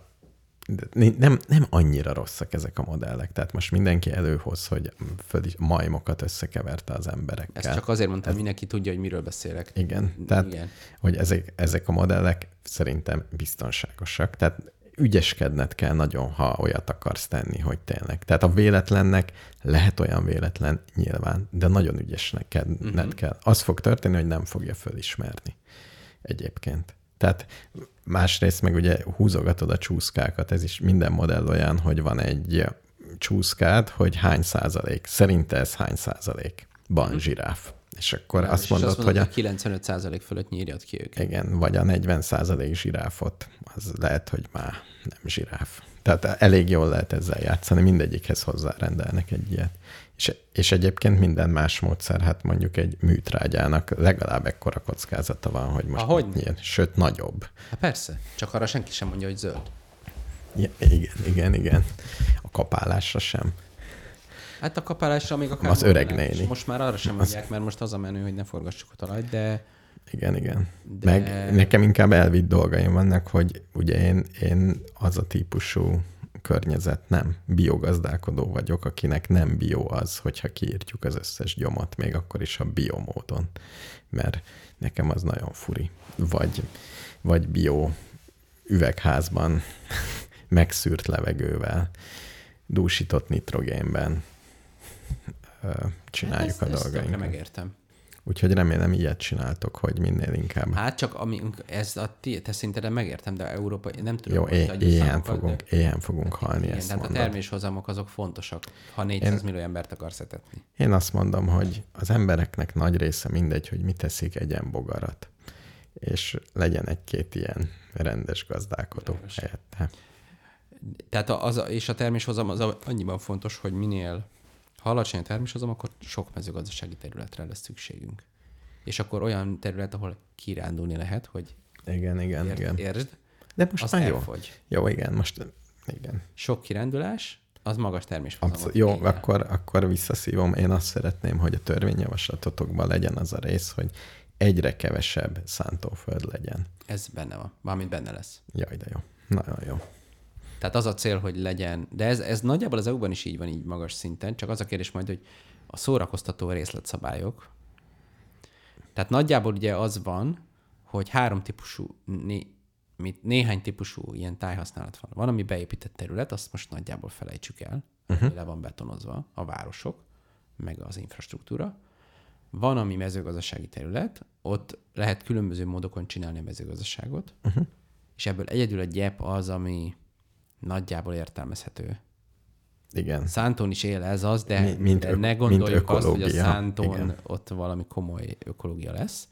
nem annyira rosszak ezek a modellek. Tehát most mindenki előhoz, hogy majmokat összekeverte az emberekkel. Ezt csak azért mondtam, mindenki tudja, hogy miről beszélek. Igen, tehát hogy ezek a modellek szerintem biztonságosak. Tehát ügyeskedned kell nagyon, ha olyat akarsz tenni, hogy tényleg. Tehát a véletlennek lehet olyan véletlen nyilván, de nagyon ügyesnek kell. Az fog történni, hogy nem fogja fölismerni egyébként. Tehát másrészt meg ugye húzogatod a csúszkákat, ez is minden modell olyan, hogy van egy csúszkád, hogy hány százalék, szerinte ez hány százalékban zsiráf. És akkor azt mondod, hogy a 95% fölött nyírjad ki őket. Igen, vagy a 40% zsiráfot, az lehet, hogy már nem zsiráf. Tehát elég jól lehet ezzel játszani, mindegyikhez hozzárendelnek egy ilyet. És egyébként minden más módszer, hát mondjuk egy műtrágyának legalább ekkora kockázata van, hogy most nyíl, sőt nagyobb. Hát persze, csak arra senki sem mondja, hogy zöld. Ja, igen. A kapálásra sem. Hát a kapálásra még akár az öreg néni. Most már arra sem mondják, mert most az a menő, hogy ne forgassuk a talajt, de... Igen. Meg nekem inkább elvitt dolgaim vannak, hogy ugye én az a típusú környezet nem biogazdálkodó vagyok, akinek nem bio az, hogyha kiírtjuk az összes gyomot, még akkor is a biomódon. Mert nekem az nagyon furi. Vagy bio üvegházban megszűrt levegővel, dúsított nitrogénben csináljuk a dolgainkat. Ezt megértem. Úgyhogy remélem ilyet csináltok, hogy minél inkább. Hát csak ez a te szinten megértem, de Európa nem tudom. Jó, éhen fogunk halni, igen, ezt tehát mondod. a terméshozamok azok fontosak, ha 400 millió embert akarsz etetni. Én azt mondom, hogy az embereknek nagy része mindegy, hogy mit teszik, egyen bogarat. És legyen egy-két ilyen rendes gazdálkodó helyette. Tehát és a terméshozam az annyiban fontos, hogy minél ha alacsony a terméshozam, akkor sok mezőgazdasági területre lesz szükségünk. És akkor olyan terület, ahol kirándulni lehet, hogy igen. Értsd, de most már elfogy. Jó, igen, igen. Sok kirándulás, az magas terméshozamot. Jó, akkor visszaszívom. Én azt szeretném, hogy a törvényjavaslatotokban legyen az a rész, hogy egyre kevesebb szántóföld legyen. Ez benne van. Valamint benne lesz. Jaj, de jó. Nagyon jó. Tehát az a cél, hogy legyen, de ez nagyjából az EU-ban is így van, így magas szinten, csak az a kérdés majd, hogy a szórakoztató részletszabályok. Tehát nagyjából ugye az van, hogy néhány típusú ilyen tájhasználat van. Van, ami beépített terület, azt most nagyjából felejtsük el, le van betonozva a városok, meg az infrastruktúra. Van, ami mezőgazdasági terület, ott lehet különböző módokon csinálni a mezőgazdaságot, és ebből egyedül a gyep az, ami nagyjából értelmezhető. Igen. Szántón is él ez az, de ne gondoljuk azt, hogy a szántón ott valami komoly ökológia lesz.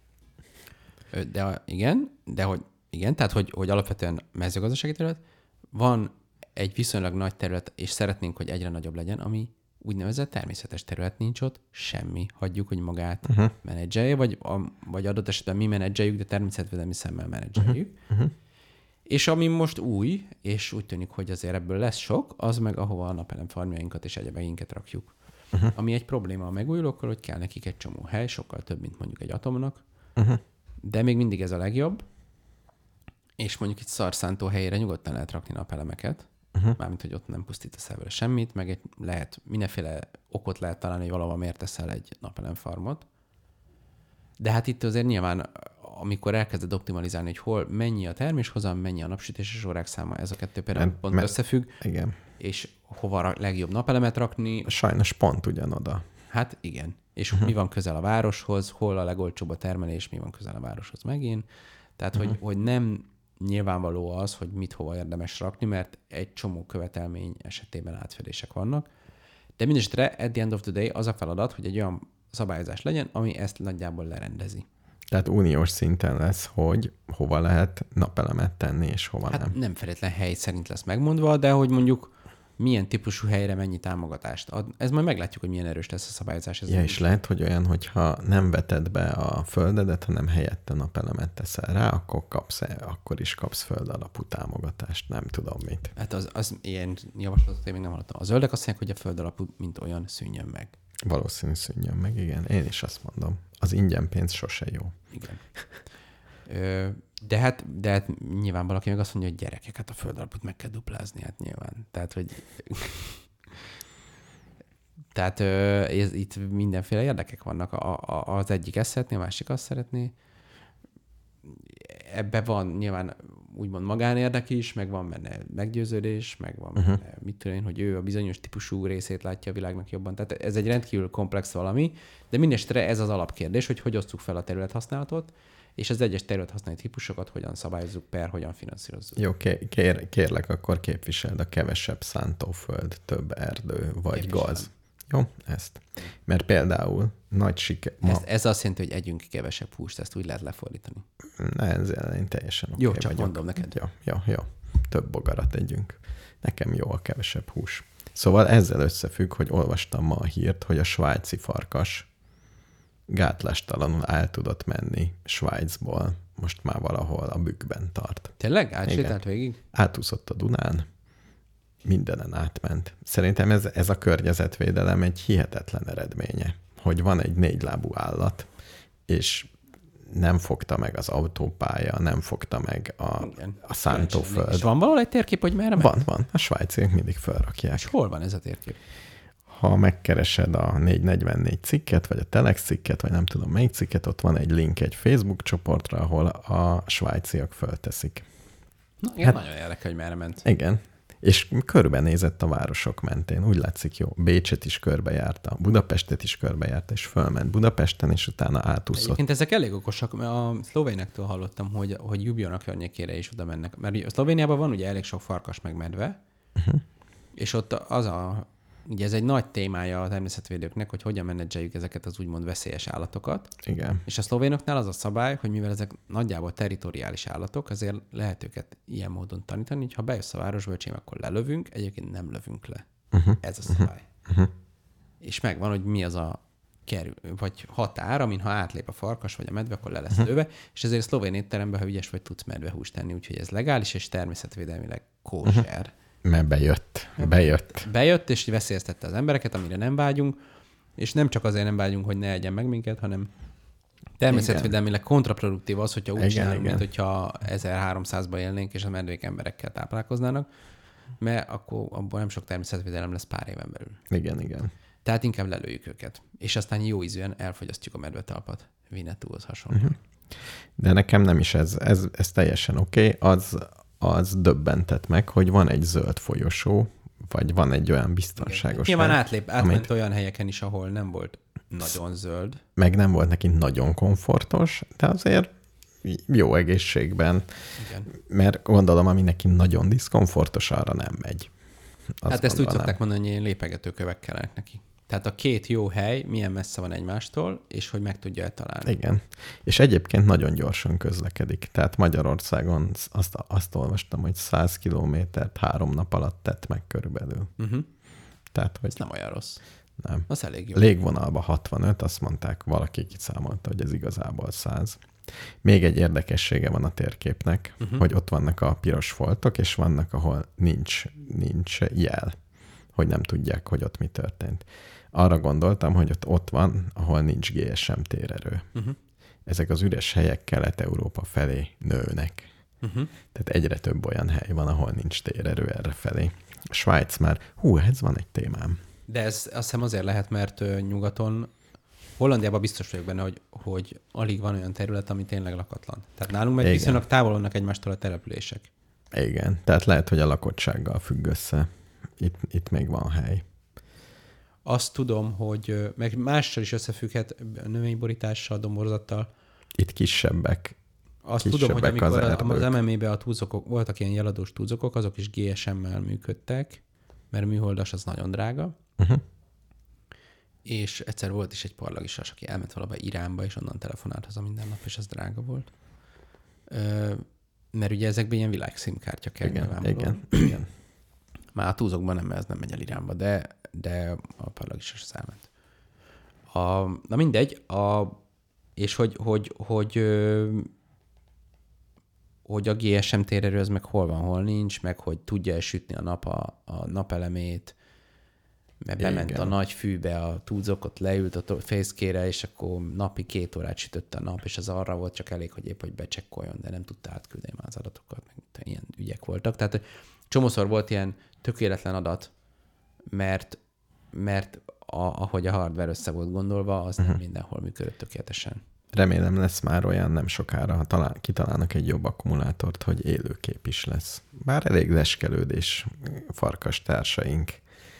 Tehát hogy alapvetően mezőgazdasági terület. Van egy viszonylag nagy terület, és szeretnénk, hogy egyre nagyobb legyen, ami úgynevezett természetes terület, nincs ott semmi. Hagyjuk, hogy magát menedzselje, vagy adott esetben mi menedzseljük, de természetvédelmi szemmel menedzseljük. És ami most új, és úgy tűnik, hogy azért ebből lesz sok, az meg ahova a napelemfarmjainkat és egyebeinket rakjuk. Ami egy probléma a megújulókkal, hogy kell nekik egy csomó hely, sokkal több, mint mondjuk egy atomnak, de még mindig ez a legjobb, és mondjuk itt szarszántó helyére nyugodtan lehet rakni napelemeket, mármint, hogy ott nem pusztítasz el vele semmit, meg lehet mindenféle okot lehet találni, hogy valahol miért teszel egy napelemfarmot. De hát itt azért nyilván, amikor elkezded optimalizálni, hogy hol mennyi a terméshozam, mennyi a napsütéses órák száma, ez a kettő például pont összefügg, igen. És hova legjobb napelemet rakni. Sajnos pont ugyanoda. Hát igen. És mi van közel a városhoz, hol a legolcsóbb a termelés, mi van közel a városhoz megint. Tehát, hogy nem nyilvánvaló az, hogy mit hova érdemes rakni, mert egy csomó követelmény esetében átfedések vannak. De mindesetre, at the end of the day az a feladat, hogy egy olyan szabályozás legyen, ami ezt nagyjából lerendezi. Tehát uniós szinten lesz, hogy hova lehet napelemet tenni, és hova nem. Nem feltétlen hely szerint lesz megmondva, de hogy mondjuk milyen típusú helyre mennyi támogatást ad. Ez majd meglátjuk, hogy milyen erős lesz a szabályozás. Ja, és lehet, hogy olyan, hogyha nem veted be a földedet, hanem helyette napelemet teszel rá, akkor is kapsz föld alapú támogatást, nem tudom mit. Hát az ilyen javaslatot én még nem hallottam. A zöldek azt mondják, hogy a föld alapú, mint olyan, szűnjön meg. Valószínű szűnjön meg, igen. Én is azt mondom. Az ingyen pénz sose jó. Igen. De hát nyilván valaki meg azt mondja, hogy gyerekek, hát a föld alapút meg kell duplázni, hát nyilván. Tehát, hogy itt mindenféle érdekek vannak. Az egyik ezt szeretné, a másik azt szeretné. Ebben van nyilván úgymond magánérdek is, meg van benne meggyőződés, meg van benne, mit tudom én, hogy ő a bizonyos típusú részét látja a világnak jobban. Tehát ez egy rendkívül komplex valami, de mindestre ez az alapkérdés, hogy osztjuk fel a területhasználatot, és az egyes területhasználati típusokat hogyan szabályozzuk hogyan finanszírozzuk. Jó, kérlek, akkor képviseld a kevesebb szántóföld, több erdő vagy gaz. Jó, ezt. Mert például nagy siker... Ez azt jelenti, hogy együnk kevesebb húst, ezt úgy lehet lefordítani. Ezzel én teljesen oké Jó, csak vagyok. mondom neked. Jó. Több bogarat együnk. Nekem jó a kevesebb hús. Szóval ezzel összefügg, hogy olvastam ma a hírt, hogy a svájci farkas gátlástalanul el tudott menni Svájcból. Most már valahol a bükkben tart. Tényleg? Átsétált végig? Átúszott a Dunán. Mindenen átment. Szerintem ez a környezetvédelem egy hihetetlen eredménye, hogy van egy 4 lábú állat, és nem fogta meg az autópálya, nem fogta meg a szántóföld. És van valahol egy térkép, hogy merre ment? Van. A svájciak mindig felrakják. És hol van ez a térkép? Ha megkeresed a 444 cikket, vagy a Telex cikket, vagy nem tudom melyik cikket, ott van egy link egy Facebook csoportra, ahol a svájciak fölteszik. Na, igen, nagyon érdekel, hogy merre ment. Igen. És körbenézett a városok mentén. Úgy látszik, jó. Bécset is körbejárta, Budapestet is körbejárta, és fölment Budapesten, és utána átúszott. Egyébként ezek elég okosak, mert a szlovénektől hallottam, hogy Ljubljana környékére is oda mennek. Mert a Szlovéniában van ugye elég sok farkas meg medve, és ott ugye ez egy nagy témája a természetvédőknek, hogy hogyan menedzseljük ezeket az úgymond veszélyes állatokat. Igen. És a szlovénoknál az a szabály, hogy mivel ezek nagyjából territoriális állatok, azért lehet őket ilyen módon tanítani, hogy ha bejössz a városba, akkor lelövünk, egyébként nem lövünk le. Ez a szabály. És megvan, hogy mi az a vagy határ, amin ha átlép a farkas vagy a medve, akkor le lesz lőve, és ezért a szlovén étteremben, ha ügyes vagy, tudsz medvehúst tenni, úgyhogy ez legális és természetvédelmileg kóser. Mert bejött, és veszélyeztette az embereket, amire nem vágyunk, és nem csak azért nem vágyunk, hogy ne egyen meg minket, hanem természetvédelmileg kontraproduktív az, hogyha úgy csinálunk, mint hogyha 1300-ban élnénk, és a medvék emberekkel táplálkoznának, mert akkor abból nem sok természetvédelem lesz pár éven belül. Igen. Tehát inkább lelőjük őket. És aztán jó ízűen elfogyasztjuk a medvetalpat. Winnetou-hoz hasonló. De nekem nem is ez teljesen oké. Az döbbentett meg, hogy van egy zöld folyosó, vagy van egy olyan biztonságos hely. Nyilván átment olyan helyeken is, ahol nem volt nagyon zöld. Meg nem volt neki nagyon komfortos, de azért jó egészségben. Igen. Mert gondolom, ami neki nagyon diszkomfortos, arra nem megy. Hát ezt úgy szokták mondani, hogy ilyen lépegetőkövek kellenek neki. Tehát a két jó hely milyen messze van egymástól, és hogy meg tudja eltalálni. Igen. És egyébként nagyon gyorsan közlekedik. Tehát Magyarországon azt olvastam, hogy 100 kilométert 3 nap alatt tett meg körülbelül. Tehát, hogy... Ez nem olyan rossz. Nem. Az elég jó. Légvonalban 65, azt mondták, valaki kiszámolta, hogy ez igazából 100. Még egy érdekessége van a térképnek, hogy ott vannak a piros foltok, és vannak, ahol nincs jel, hogy nem tudják, hogy ott mi történt. Arra gondoltam, hogy ott van, ahol nincs GSM térerő. Ezek az üres helyek Kelet-Európa felé nőnek. Tehát egyre több olyan hely van, ahol nincs térerő erre felé. A Svájc már, ez van egy témám. De ez azt hiszem azért lehet, mert nyugaton, Hollandiában biztos vagyok benne, hogy alig van olyan terület, ami tényleg lakatlan. Tehát nálunk meg viszonylag távol vannak egymástól a települések. Igen, tehát lehet, hogy a lakottsággal függ össze. Itt még van hely. Azt tudom, hogy meg mással is összefügghet, növényborítással, domborzattal. Itt kisebbek. Azt tudom, hogy amikor az MMA-ben a túlzokok, voltak ilyen jeladós túlzokok, azok is GSM-mel működtek, mert műholdas az nagyon drága. És egyszer volt is egy parlagisas, aki elment valahol Iránba, és onnan telefonált haza minden nap, és az drága volt. Mert ugye ezekben ilyen világszínkártya kell. Igen. Már a túzokban nem, ez nem megy el Iránba, de a parlagisas az elment. Na mindegy, és hogy a GSM térerő az meg hol van, hol nincs, meg hogy tudja sütni a nap a napelemét, mert bement a nagy fűbe a túzokot, leült a fészkére, és akkor napi 2 órát sütötte a nap, és az arra volt csak elég, hogy épp hogy becsekkoljon, de nem tudta átküldeni már az adatokat, meg ilyen ügyek voltak. Tehát csomószor volt ilyen tökéletlen adat, mert ahogy a hardware össze volt gondolva, az nem mindenhol működött tökéletesen. Remélem lesz már olyan nem sokára, ha kitalálnak egy jobb akkumulátort, hogy élőkép is lesz. Bár elég leskelődés farkas társaink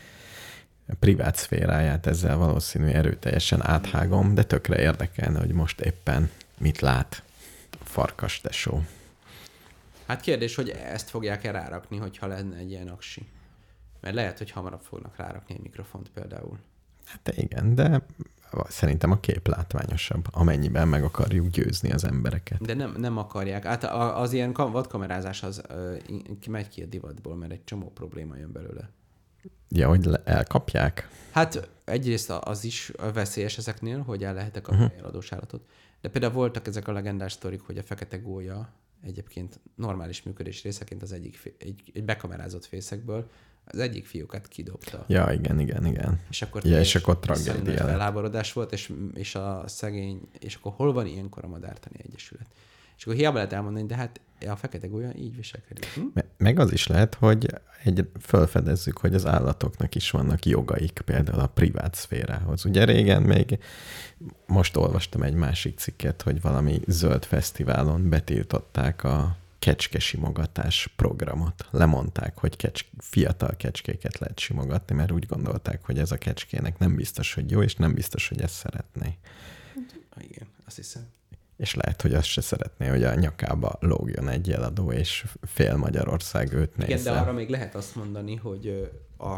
privát szféráját ezzel valószínű erőteljesen áthágom, de tökre érdekelne, hogy most éppen mit lát a farkas tesó. Hát kérdés, hogy ezt fogják-e rárakni, hogyha lenne egy ilyen aksi. Mert lehet, hogy hamarabb fognak rárakni egy mikrofont például. Hát igen, de szerintem a kép látványosabb, amennyiben meg akarjuk győzni az embereket. De nem akarják. Hát az ilyen vadkamerázás az megy ki a divatból, mert egy csomó probléma jön belőle. Ja, hogy elkapják? Hát egyrészt az is veszélyes ezeknél, hogy el lehet kapni eladós állatot. De például voltak ezek a legendás sztorik, hogy a fekete gólya egyébként normális működés részeként az egyik egy bekamerázott fészekből az egyik fiúkat kidobta. Ja, igen. És akkor, és akkor tragédia lett. Felháborodás volt, és a szegény, és akkor hol van ilyenkor a Madártani Egyesület? És akkor hiába lehet elmondani, de hát a fekete gólya így viselkedik. Meg az is lehet, hogy felfedezzük, hogy az állatoknak is vannak jogaik, például a privát szférához. Ugye régen még, most olvastam egy másik cikket, hogy valami zöld fesztiválon betiltották a kecskesimogatás programot. Lemondták, hogy fiatal kecskéket lehet simogatni, mert úgy gondolták, hogy ez a kecskének nem biztos, hogy jó, és nem biztos, hogy ezt szeretné. Igen, azt hiszem. És lehet, hogy azt se szeretné, hogy a nyakába lógjon egy eladó, és fél Magyarország őt nézze. Igen, de arra még lehet azt mondani, hogy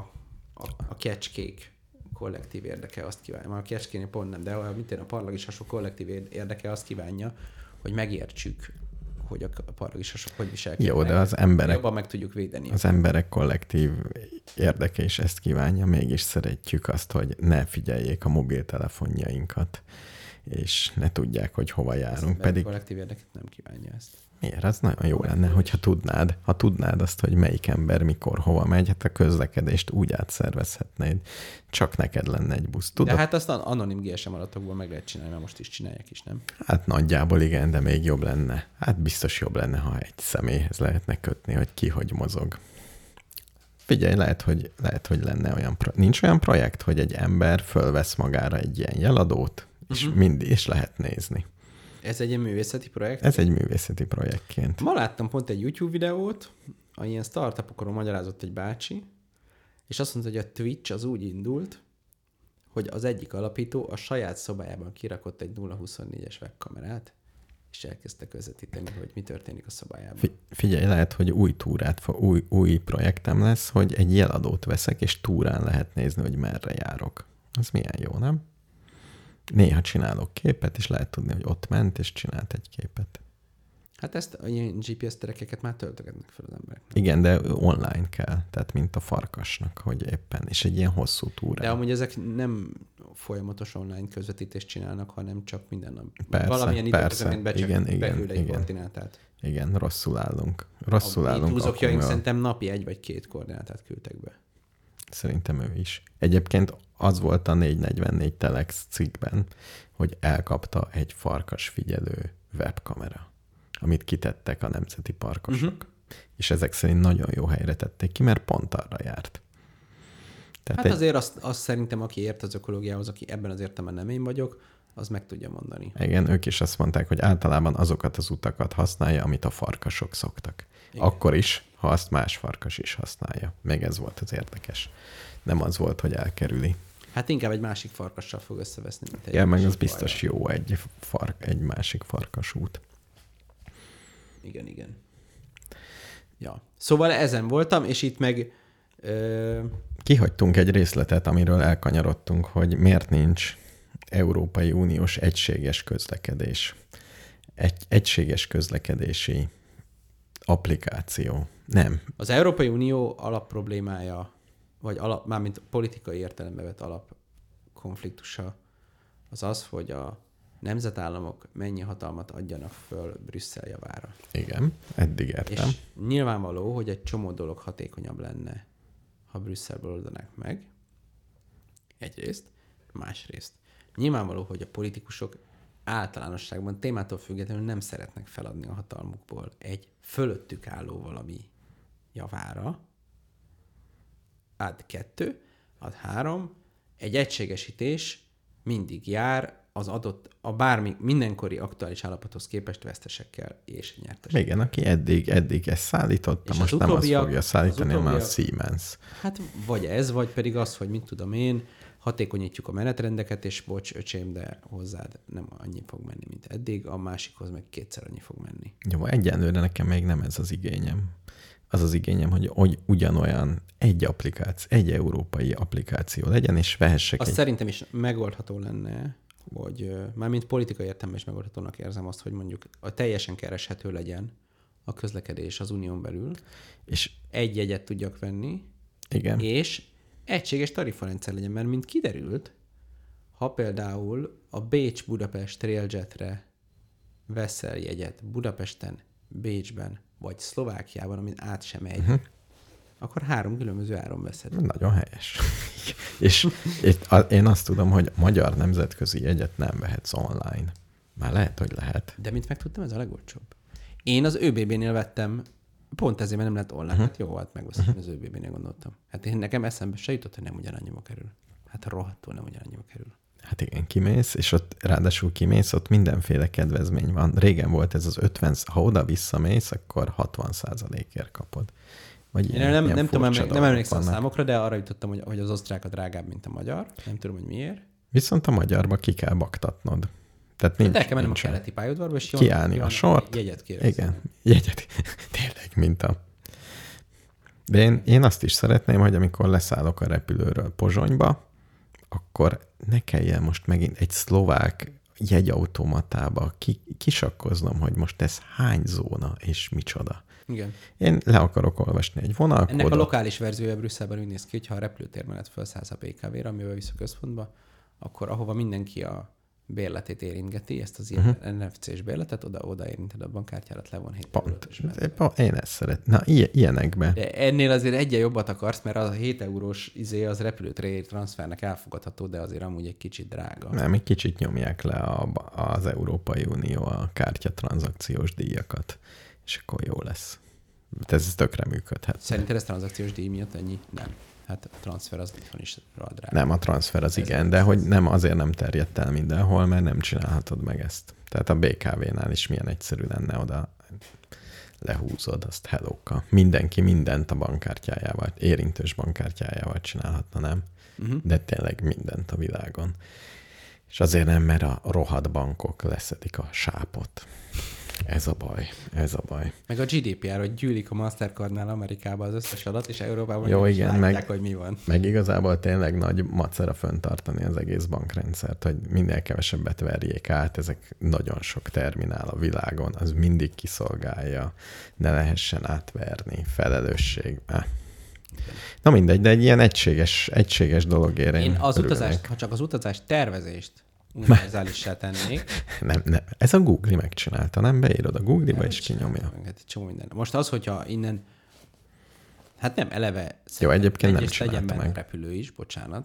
a kecskék kollektív érdeke azt kívánja. Már a kecskénél pont nem, de a parlagisasok kollektív érdeke azt kívánja, hogy megértsük, hogy a parlagisasok hogy viselkednek. Jó, de az emberek... Jobban meg tudjuk védeni. Az emberek kollektív érdeke is ezt kívánja, mégis szeretjük azt, hogy ne figyeljék a mobiltelefonjainkat, és ne tudják, hogy hova járunk. Pedig kollektív érdeket nem kívánja ezt. Miért? Az nagyon jó lenne, hogyha tudnád. Ha tudnád azt, hogy melyik ember mikor hova megy, hát a közlekedést úgy átszervezhetnéd. Csak neked lenne egy busz. Tudod? De hát azt anonim GSM adatokból meg lehet csinálni, mert most is csinálják is, nem? Hát nagyjából igen, de még jobb lenne. Hát biztos jobb lenne, ha egy személyhez lehetne kötni, hogy ki hogy mozog. Figyelj, lehet, hogy lenne olyan... Nincs olyan projekt, hogy egy ember fölvesz magára egy ilyen jeladót, és mindig is lehet nézni. Ez egy ilyen művészeti projekt? Ez egy művészeti projektként. Ma láttam pont egy YouTube videót, a ilyen startupokról magyarázott egy bácsi, és azt mondta, hogy a Twitch az úgy indult, hogy az egyik alapító a saját szobájában kirakott egy 0-24-es webkamerát, és elkezdte közvetíteni, hogy mi történik a szobájában. Figyelj, lehet, hogy új projektem lesz, hogy egy jeladót veszek, és túrán lehet nézni, hogy merre járok. Az milyen jó, nem? Néha csinálok képet, és lehet tudni, hogy ott ment, és csinált egy képet. Hát ezt ilyen GPS terekeket már töltögetnek fel az emberek. Igen, de online kell, tehát mint a farkasnak, hogy éppen, és egy ilyen hosszú túrán. De amúgy ezek nem folyamatos online közvetítést csinálnak, hanem csak minden nap. Persze, valamilyen időközönként beküld egy koordinátát. Igen, rosszul állunk. Rosszul állunk. A túlzokjaink szerintem napi 1 vagy 2 koordinátát küldtek be. Szerintem ő is. Egyébként az volt a 444 Telex cikkben, hogy elkapta egy farkas figyelő webkamera, amit kitettek a nemzeti parkosok. És ezek szerint nagyon jó helyre tették ki, mert pont arra járt. Tehát hát azért azt szerintem, aki ért az ökológiához, aki ebben az értelemben nem én vagyok, az meg tudja mondani. Igen, ők is azt mondták, hogy általában azokat az utakat használja, amit a farkasok szoktak. Igen. Akkor is, ha azt más farkas is használja. Még ez volt az érdekes. Nem az volt, hogy elkerüli. Hát inkább egy másik farkassal fog összeveszni, mint egy meg az biztos jó egy másik farkas út. Igen. Ja. Szóval ezen voltam, és itt meg... Kihagytunk egy részletet, amiről elkanyarodtunk, hogy miért nincs Európai Uniós egységes közlekedés. Egységes közlekedési Applikáció. Nem. Az Európai Unió alapproblémája, vagy mármint politikai értelembe vett alapkonfliktusa az az, hogy a nemzetállamok mennyi hatalmat adjanak föl Brüsszel javára. Igen, eddig értem. És nyilvánvaló, hogy egy csomó dolog hatékonyabb lenne, ha Brüsszelből oldanák meg. Egyrészt. Másrészt. Nyilvánvaló, hogy a politikusok általánosságban témától függetlenül nem szeretnek feladni a hatalmukból egy fölöttük álló valami javára. Ad 2, ad 3. Egy egységesítés mindig jár az adott, a bármi mindenkori aktuális állapothoz képest vesztesekkel és nyertesekkel. Igen, aki eddig ezt szállította, és most nem azt fogja szállítani, hanem a Siemens. Hát vagy ez, vagy pedig az, hogy mit tudom én, hatékonyítjuk a menetrendeket, és bocs, öcsém, de hozzád nem annyi fog menni, mint eddig, a másikhoz meg 2-szer annyi fog menni. Jó, egyenlőre nekem még nem ez az igényem. Az az igényem, hogy ugyanolyan egy európai applikáció legyen, és vehessek azt szerintem is megoldható lenne, hogy mármint politikai értelemben is megoldhatónak érzem azt, hogy mondjuk a teljesen kereshető legyen a közlekedés az unión belül, és egy jegyet tudjak venni, igen. És egységes tarifarendszer legyen, mert mint kiderült, ha például a Bécs-Budapest Railjetre veszel jegyet Budapesten, Bécsben, vagy Szlovákiában, amin át sem megy, akkor 3 különböző áron veszed. Nagyon helyes. És én azt tudom, hogy magyar nemzetközi jegyet nem vehetsz online. Már lehet, hogy lehet. De mint megtudtam, ez a legolcsóbb. Én az ÖBB-nél vettem, pont ezért, mert nem lett online. Hát jó, hát megveszem, az ÖBB-nél gondoltam. Hát nekem eszembe se jutott, hogy nem ugyanannyiba kerül. Hát rohadtul nem ugyanannyiba kerül. Hát igen, kimész, és ott ráadásul kimész, ott mindenféle kedvezmény van. Régen volt ez az 50, ha oda-vissza mész, akkor 60%-ért kapod. Vagy én nem emlékszem a számokra, de arra jutottam, hogy az osztrák a drágább, mint a magyar. Nem tudom, hogy miért. Viszont a magyarba ki kell baktatnod. Tehát nincs, el kell mennem a keleti pályaudvarba, és kiállni a sort. Jegyet kérek. Igen, jegyet. Tényleg, mint a... De én azt is szeretném, hogy amikor leszállok a repülőről Pozsonyba, akkor ne kelljen most megint egy szlovák jegyautomatába kisakkoznom, hogy most ez hány zóna és micsoda. Igen. Én le akarok olvasni egy vonalkódot. Ennek a lokális verziója Brüsszelben úgy néz ki, hogy ha a repülőtér mellett felszállsz a BKV-ra, amivel visz a központba, akkor ahova mindenki a bérletét érintgeti, ezt az ilyen NFC-s bérletet, oda érinted a bankkártyádat, levon 7 Pont. Én ezt szeretném. Na, ilyenekben. De ennél azért egyen jobbat akarsz, mert az a 7 eurós az repülőtér transfernek elfogadható, de azért amúgy egy kicsit drága. Nem, egy kicsit nyomják le az Európai Unió a kártyatranzakciós díjakat, és akkor jó lesz. Ez tökre működhet. Szerinted ez tranzakciós díj miatt ennyi? Nem. Hát a transfer az itthon is drága. Nem, a transfer az igen, de hogy nem azért nem terjedt el mindenhol, mert nem csinálhatod meg ezt. Tehát a BKV-nál is milyen egyszerű lenne oda lehúzod azt hellókkal. Mindenki mindent a bankkártyájával, érintős bankkártyájával csinálhatna, nem? De tényleg mindent a világon. És azért nem, mert a rohadt bankok leszedik a sápot. Ez a baj. Meg a GDPR, hogy gyűlik a Mastercardnál Amerikában az összes adat, és Európában jó, igen, látják, hogy mi van. Meg igazából tényleg nagy macera föntartani az egész bankrendszert, hogy minél kevesebbet verjék át, ezek nagyon sok terminál a világon, az mindig kiszolgálja, ne lehessen átverni, felelősség. Na mindegy, de egy ilyen egységes dologért én az utazást, ha csak az utazás tervezést univerzálissá tennék. Nem. Ez a Google megcsinálta, nem? Beírod a Google-ba, és kinyomja. Csomó minden. Most az, hogyha innen... Hát nem, eleve... Jó, egyébként nem csinálta meg. Repülő is, bocsánat.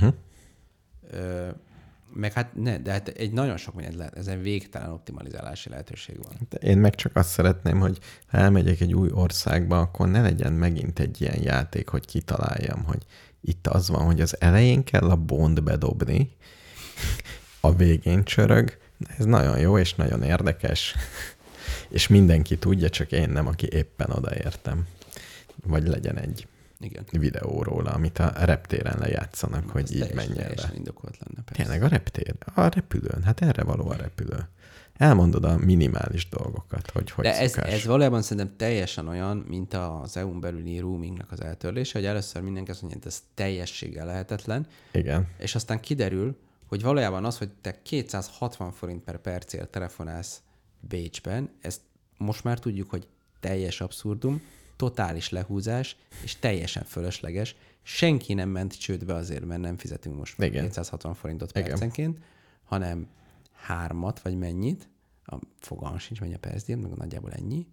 Meg hát de hát egy nagyon sok mindent lehet. Ezen végtelen optimalizálási lehetőség van. De én meg csak azt szeretném, hogy ha elmegyek egy új országba, akkor ne legyen megint egy ilyen játék, hogy kitaláljam, hogy itt az van, hogy az elején kell a Bond bedobni, a végén csörög. Ez nagyon jó és nagyon érdekes. És mindenki tudja, csak én nem, aki éppen odaértem. Vagy legyen egy videó róla, amit a reptéren lejátszanak, hát hogy így menjen be. Indokolt lenne, persze. Tényleg a repülőn. Hát erre való a repülő. Elmondod a minimális dolgokat, hogy de ez valójában szerintem teljesen olyan, mint az EU-n belüli roamingnak az eltörlése, hogy először mindenki azt mondja, hogy ez teljességgel lehetetlen. Igen. És aztán kiderül, hogy valójában az, hogy te 260 forint per percért telefonálsz Bécsben, ezt most már tudjuk, hogy teljes abszurdum, totális lehúzás, és teljesen fölösleges. Senki nem ment csődbe azért, mert nem fizetünk most 260 forintot percenként, hanem 3, vagy mennyit, fogalmam sincs, mennyi a percdíj, nagyjából ennyi.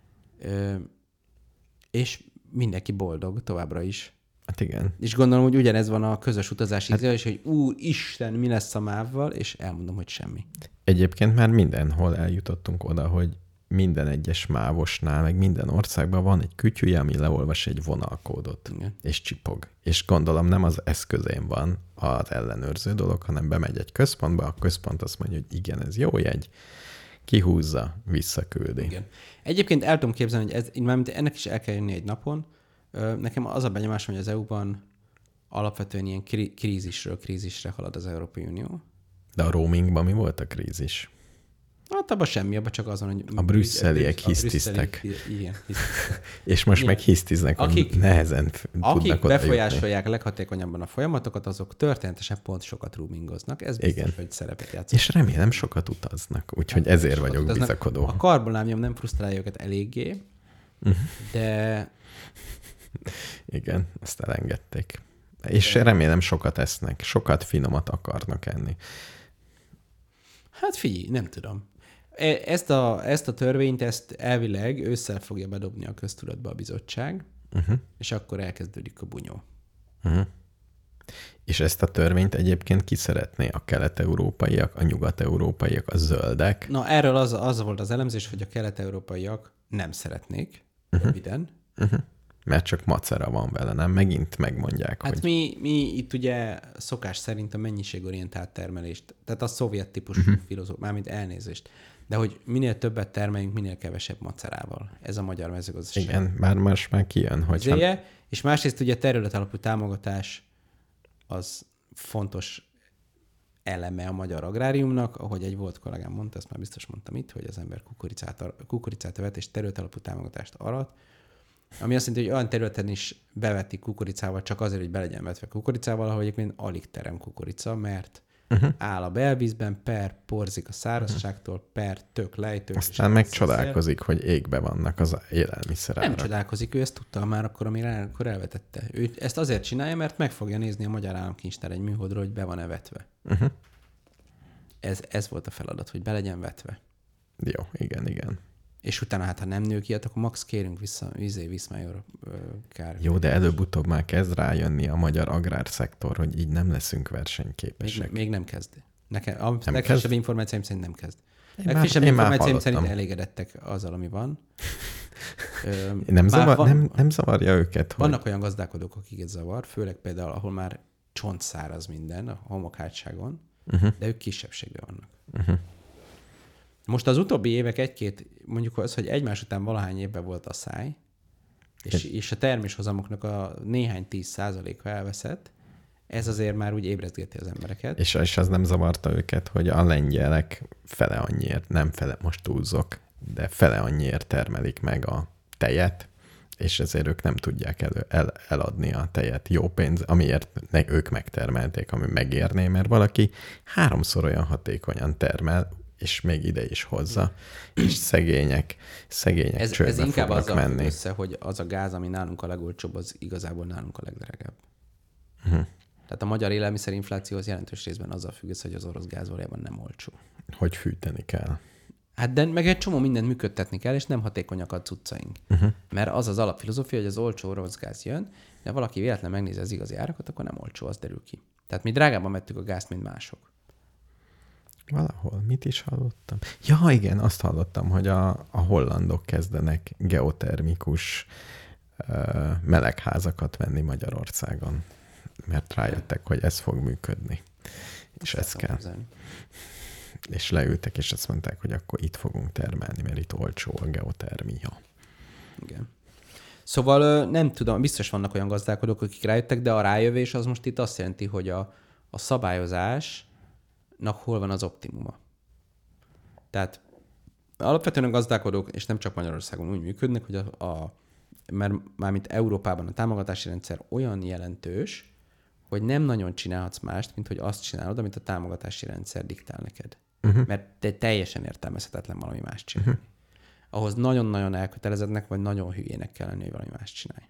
És mindenki boldog továbbra is. Hát igen. És gondolom, hogy ugyanez van a közös utazási izével, és hogy Úristen, mi lesz a MÁV-val, és elmondom, hogy semmi. Egyébként már mindenhol eljutottunk oda, hogy minden egyes mávosnál, meg minden országban van egy kütyüje, ami leolvas egy vonalkódot, igen, és csipog. És gondolom nem az eszközén van az ellenőrző dolog, hanem bemegy egy központba, a központ azt mondja, hogy igen, ez jó jegy, kihúzza, visszaküldi. Igen. Egyébként el tudom képzelni, hogy ennek is el kell jönni egy napon. Nekem az a benyomásom, hogy az EU-ban alapvetően ilyen krízisre halad az Európai Unió. De a roamingban mi volt a krízis? Hát abban semmi, abban csak azon, hogy... A brüsszeliek hisztiztek. Igen, hisztiztek. És most meg hisztiznek, hogy nehezen tudnak akik befolyásolják leghatékonyabban a folyamatokat, azok történetesen pont sokat roamingoznak. Ez biztos, hogy szerepet játszik. És remélem sokat utaznak, úgyhogy ezért vagyok bizakodó. A karbonlábnyom nem frusztrálja őket eléggé, de... Igen, azt elengedték. És remélem sokat esznek, sokat finomat akarnak enni. Hát figyelj, nem tudom. Ezt a törvényt, ezt elvileg ősszel fogja bedobni a köztudatba a bizottság, és akkor elkezdődik a bunyó. És ezt a törvényt egyébként ki szeretné? A kelet-európaiak, a nyugat-európaiak, a zöldek? Na, erről az volt az elemzés, hogy a kelet-európaiak nem szeretnék, röviden. Mert csak macera van vele, nem? Megint megmondják, hát hogy... mi itt ugye szokás szerint a mennyiségorientált termelést, tehát a szovjet típusú filozófia, mármint elnézést, de hogy minél többet termeljünk, minél kevesebb macerával. Ez a magyar mezőgazdaság. Igen, most már kijön, hogy... És másrészt ugye területalapú támogatás az fontos eleme a magyar agráriumnak, ahogy egy volt kollégám mondta, ezt már biztos mondtam itt, hogy az ember kukoricát övet és területalapú támogatást arat, ami azt jelenti, hogy olyan területen is bevetik kukoricával csak azért, hogy be legyen vetve kukoricával, ahol egyébként alig terem kukorica, mert áll a belvízben, porzik a szárazságtól, tök lejtők. Aztán megcsodálkozik, hogy égbe vannak az élelmiszerárak. Nem csodálkozik, ő ezt tudta már akkor elvetette. Ő ezt azért csinálja, mert meg fogja nézni a Magyar Államkincstár egy műholdról, hogy be van-e vetve. Ez volt a feladat, hogy be legyen vetve. Jó, igen. És utána, hát ha nem nő ki, akkor max kérünk vissza, Viszmajor kár. Jó, de előbb-utóbb már kezd rájönni a magyar agrárszektor, hogy így nem leszünk versenyképesek. Még nem kezd. A legfrissebb információim szerint nem kezd. Legfrissebb információim szerint elégedettek azzal, ami van. Nem zavarja őket? Vannak olyan gazdálkodók, akiket zavar, főleg például, ahol már csontszáraz minden, a homokhátságon, de ők kisebbségben vannak. Most az utóbbi évek mondjuk az, hogy egymás után valahány évben volt a száj, és a terméshozamoknak a néhány 10%-a elveszett, ez azért már úgy ébrezgeti az embereket. És az nem zavarta őket, hogy a lengyelek fele annyiért, nem fele, most túlzok, de fele annyiért termelik meg a tejet, és ezért ők nem tudják eladni a tejet jó pénz, amiért ők megtermelték, ami megérné, mert valaki 3-szor olyan hatékonyan termel, és még ide is hozza, és szegények csődbe fognak menni. Ez inkább azzal függ össze, hogy az a gáz, ami nálunk a legolcsóbb, az igazából nálunk a legdrágább. Tehát a magyar élelmiszerinfláció az jelentős részben azzal függ össze, hogy az orosz gáz valójában nem olcsó. Hogy fűteni kell. Hát de meg egy csomó mindent működtetni kell, és nem hatékonyak a cuccaink. Mert az az alapfilozófia, hogy az olcsó orosz gáz jön, de valaki véletlenül megnézi az igazi árakat, akkor nem olcsó, az derül ki. Tehát mi drágában vettük a gázt, mint mások. Valahol. Mit is hallottam? Ja, igen, azt hallottam, hogy a hollandok kezdenek geotermikus melegházakat venni Magyarországon. Mert rájöttek, hogy ez fog működni. És ez kell. És leültek, és azt mondták, hogy akkor itt fogunk termelni, mert itt olcsó a geotermia. Igen. Szóval nem tudom, biztos vannak olyan gazdálkodók, akik rájöttek, de a rájövés az most itt azt jelenti, hogy a szabályozásnak hol van az optimuma. Tehát alapvetően a gazdálkodók, és nem csak Magyarországon úgy működnek, hogy mert mármint Európában a támogatási rendszer olyan jelentős, hogy nem nagyon csinálhatsz mást, mint hogy azt csinálod, amit a támogatási rendszer diktál neked. Mert te teljesen értelmezhetetlen valami más csinálni. ahhoz nagyon-nagyon elkötelezettnek, vagy nagyon hülyének kell lenni, hogy valami más csinálj.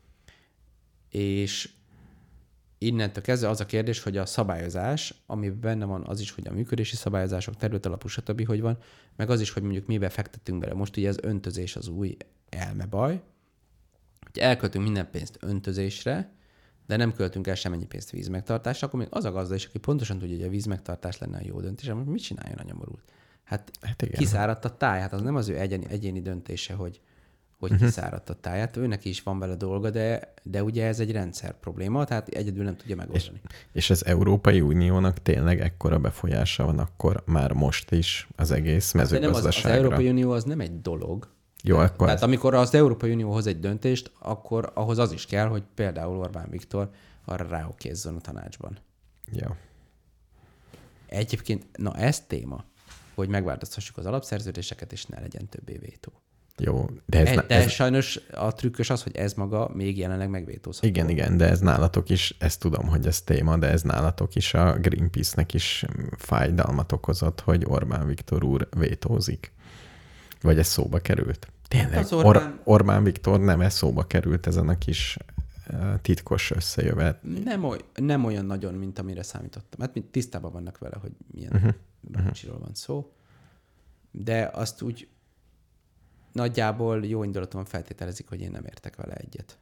És innentől kezdve az a kérdés, hogy a szabályozás, amiben benne van az is, hogy a működési szabályozások, területalapú, stb. Hogy van, meg az is, hogy mondjuk miben fektettünk bele. Most ugye az öntözés az új elmebaj, hogy elköltünk minden pénzt öntözésre, de nem költünk el semmennyi pénzt vízmegtartásra, akkor még az a gazda is, aki pontosan tudja, hogy a vízmegtartás lenne a jó döntés, most mit csináljon a nyomorult? Hát kiszáradt a táj, hát az nem az ő egyéni döntése, hogy kiszáradt a táját. Őnek is van vele dolga, de ugye ez egy rendszer probléma, tehát egyedül nem tudja megoldani. És az Európai Uniónak tényleg ekkora befolyása van akkor már most is az egész mezőgazdaságra. Az Európai Unió az nem egy dolog. Jó, akkor... Tehát amikor az Európai Unió hoz egy döntést, akkor ahhoz az is kell, hogy például Orbán Viktor arra ráokézzon a tanácsban. Jó. Egyébként, ez téma, hogy megváltoztassuk az alapszerződéseket, és ne legyen többé vétó. Jó, de ez sajnos a trükkös az, hogy ez maga még jelenleg megvétózható. Igen, de ez nálatok is, ezt tudom, hogy ez téma, de ez nálatok is a Greenpeace-nek is fájdalmat okozott, hogy Orbán Viktor úr vétózik. Vagy ez szóba került? Tényleg, Orbán Viktor nem ez szóba került ezen a kis titkos összejövet. Nem olyan nagyon, mint amire számítottam. Hát tisztában vannak vele, hogy milyen bácsiról van szó. De azt úgy nagyjából jó indulaton feltételezik, hogy én nem értek vele egyet.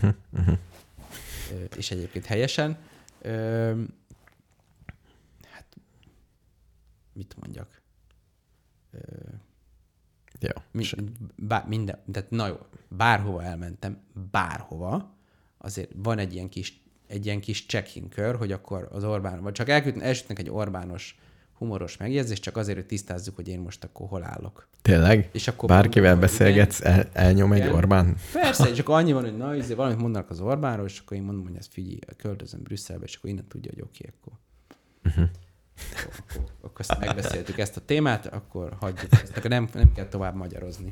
És egyébként helyesen. Hát, mit mondjak? Jó. Minden, tehát na jó, bárhova elmentem, azért van egy ilyen kis check-in kör, hogy akkor az Orbán, vagy csak elsütnek egy Orbános humoros megjegyzést, csak azért, hogy tisztázzuk, hogy én most akkor hol állok. Tényleg? És akkor bárkivel beszélgetsz, elnyom egy Orbán? Persze, csak annyi van, hogy valamit mondanak az Orbánról, és akkor én mondom, hogy ezt figyelj, költözöm Brüsszelbe, és akkor innen tudja, hogy oké, akkor. Akkor ezt megbeszéltük ezt a témát, akkor hagyjuk ezt, akkor nem kell tovább magyarozni.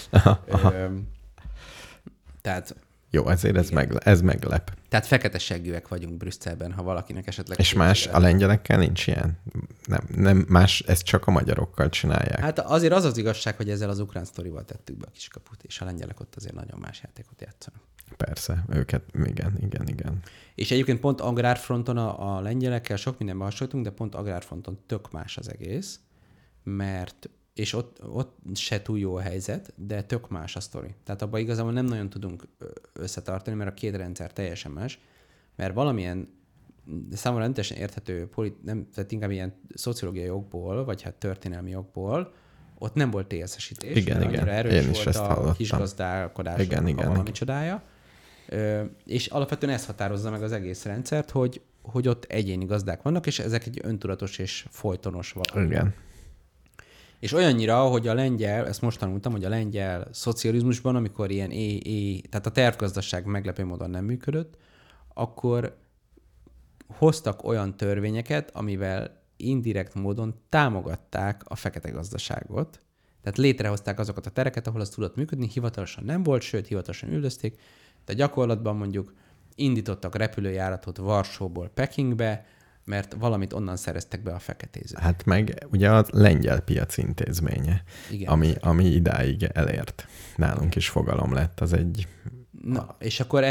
Tehát jó, ezért ez meglep. Tehát fekete seggűek vagyunk Brüsszelben, ha valakinek esetleg... És más a lengyelekkel nincs ilyen? Nem más, ezt csak a magyarokkal csinálják. Hát azért az igazság, hogy ezzel az ukrán sztorival tettük be a kiskaput, és a lengyelek ott azért nagyon más játékot játszanak. Persze, őket, igen. És egyébként pont agrárfronton a lengyelekkel sok mindenben hasonlítunk, de pont agrárfronton tök más az egész, mert és ott se túl jó a helyzet, de tök más a sztori. Tehát abban igazából nem nagyon tudunk összetartani, mert a két rendszer teljesen más, mert valamilyen számomra nem teljesen érthető, tehát inkább ilyen szociológiai jogból, vagy hát történelmi jogból, ott nem volt TSS-ítés, igen. Annyira erős én is volt ezt a hallottam. kisgazdálkodás, a valami csodája. És alapvetően ez határozza meg az egész rendszert, hogy ott egyéni gazdák vannak, és ezek egy öntudatos és folytonos valami. Igen. És olyannyira, hogy a lengyel, ezt most tanultam, hogy a lengyel szocializmusban, amikor ilyen tehát a tervgazdaság meglepő módon nem működött, akkor hoztak olyan törvényeket, amivel indirekt módon támogatták a fekete gazdaságot. Tehát létrehozták azokat a tereket, ahol az tudott működni, hivatalosan nem volt, sőt, hivatalosan üldözték, de gyakorlatban mondjuk indítottak repülőjáratot Varsóból Pekingbe, mert valamit onnan szereztek be a feketézők. Hát meg ugye a lengyel piac intézménye, igen, ami idáig elért. Nálunk is fogalom lett, az egy... Na, és akkor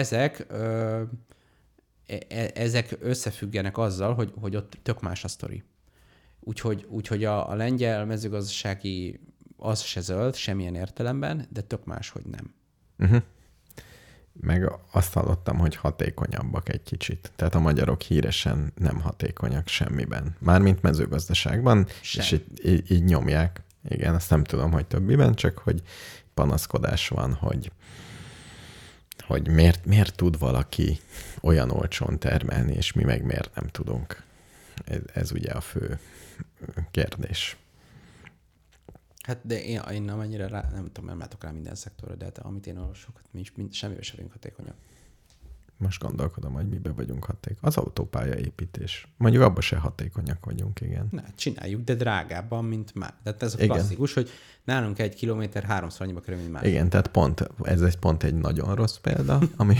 ezek összefüggenek azzal, hogy ott tök más a sztori. Úgyhogy a lengyel mezőgazdasági az se zöld, semmilyen értelemben, de tök más, hogy nem. Meg azt hallottam, hogy hatékonyabbak egy kicsit. Tehát a magyarok híresen nem hatékonyak semmiben. Mármint mezőgazdaságban, és így nyomják. Igen, azt nem tudom, hogy többiben, csak hogy panaszkodás van, hogy miért tud valaki olyan olcsón termelni, és mi meg miért nem tudunk. Ez ugye a fő kérdés. Hát de én amennyire nem tudom, nem látok rá minden szektorra, de hát, amit én olvasok, mi is semmivel sem vagyunk hatékonyak. Most gondolkodom, hogy miben vagyunk hatékonyak. Az autópálya építés. Mondjuk abban se hatékonyak vagyunk, igen. Na, csináljuk, de drágábban, mint már. Tehát ez a klasszikus, hogy nálunk 1 kilométer 3-szor annyiba kerül, mint más. Igen, tehát ez pont egy nagyon rossz példa, ami...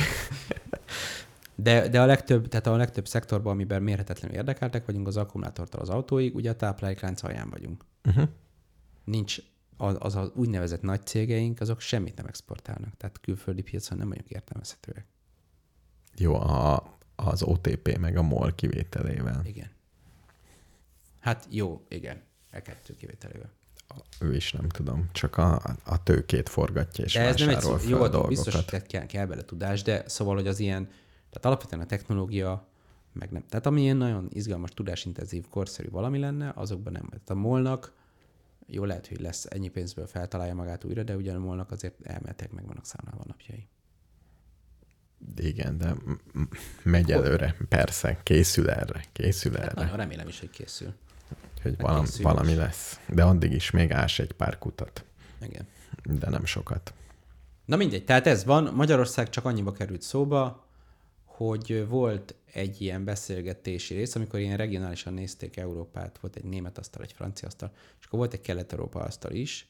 De a legtöbb szektorban, amiben mérhetetlenül érdekeltek vagyunk, az akkumulátortól az autóig, ugye a tápláléklánc alján vagyunk. Nincs az úgynevezett nagy cégeink, azok semmit nem exportálnak. Tehát külföldi piacon nem vagyunk értelmezhetőek. Jó, az OTP meg a MOL kivételével. Igen. Hát jó, igen. E2 kivételével. Ő is nem tudom, csak a tőkét forgatja és de ez vásárol fel jó, dolgokat. biztos, hogy kell bele tudás, de szóval, hogy az ilyen, tehát alapvetően a technológia, meg nem. Tehát ami ilyen nagyon izgalmas, tudásintenzív, korszerű valami lenne, azokban nem. Tehát a MOL-nak jó lehet, hogy lesz ennyi pénzből feltalálja magát újra, de ugyan a MOL-nak azért elméletileg meg vannak számlálva napjai. Igen, de megy előre, persze, készül erre. Hát nagyon remélem is, hogy készül. Hogy valami lesz. De addig is még ás egy pár kutat. Igen. De nem sokat. Na mindegy, tehát ez van. Magyarország csak annyiba került szóba, hogy volt egy ilyen beszélgetési rész, amikor ilyen regionálisan nézték Európát, volt egy német asztal, egy francia asztal, és akkor volt egy kelet-európa asztal is,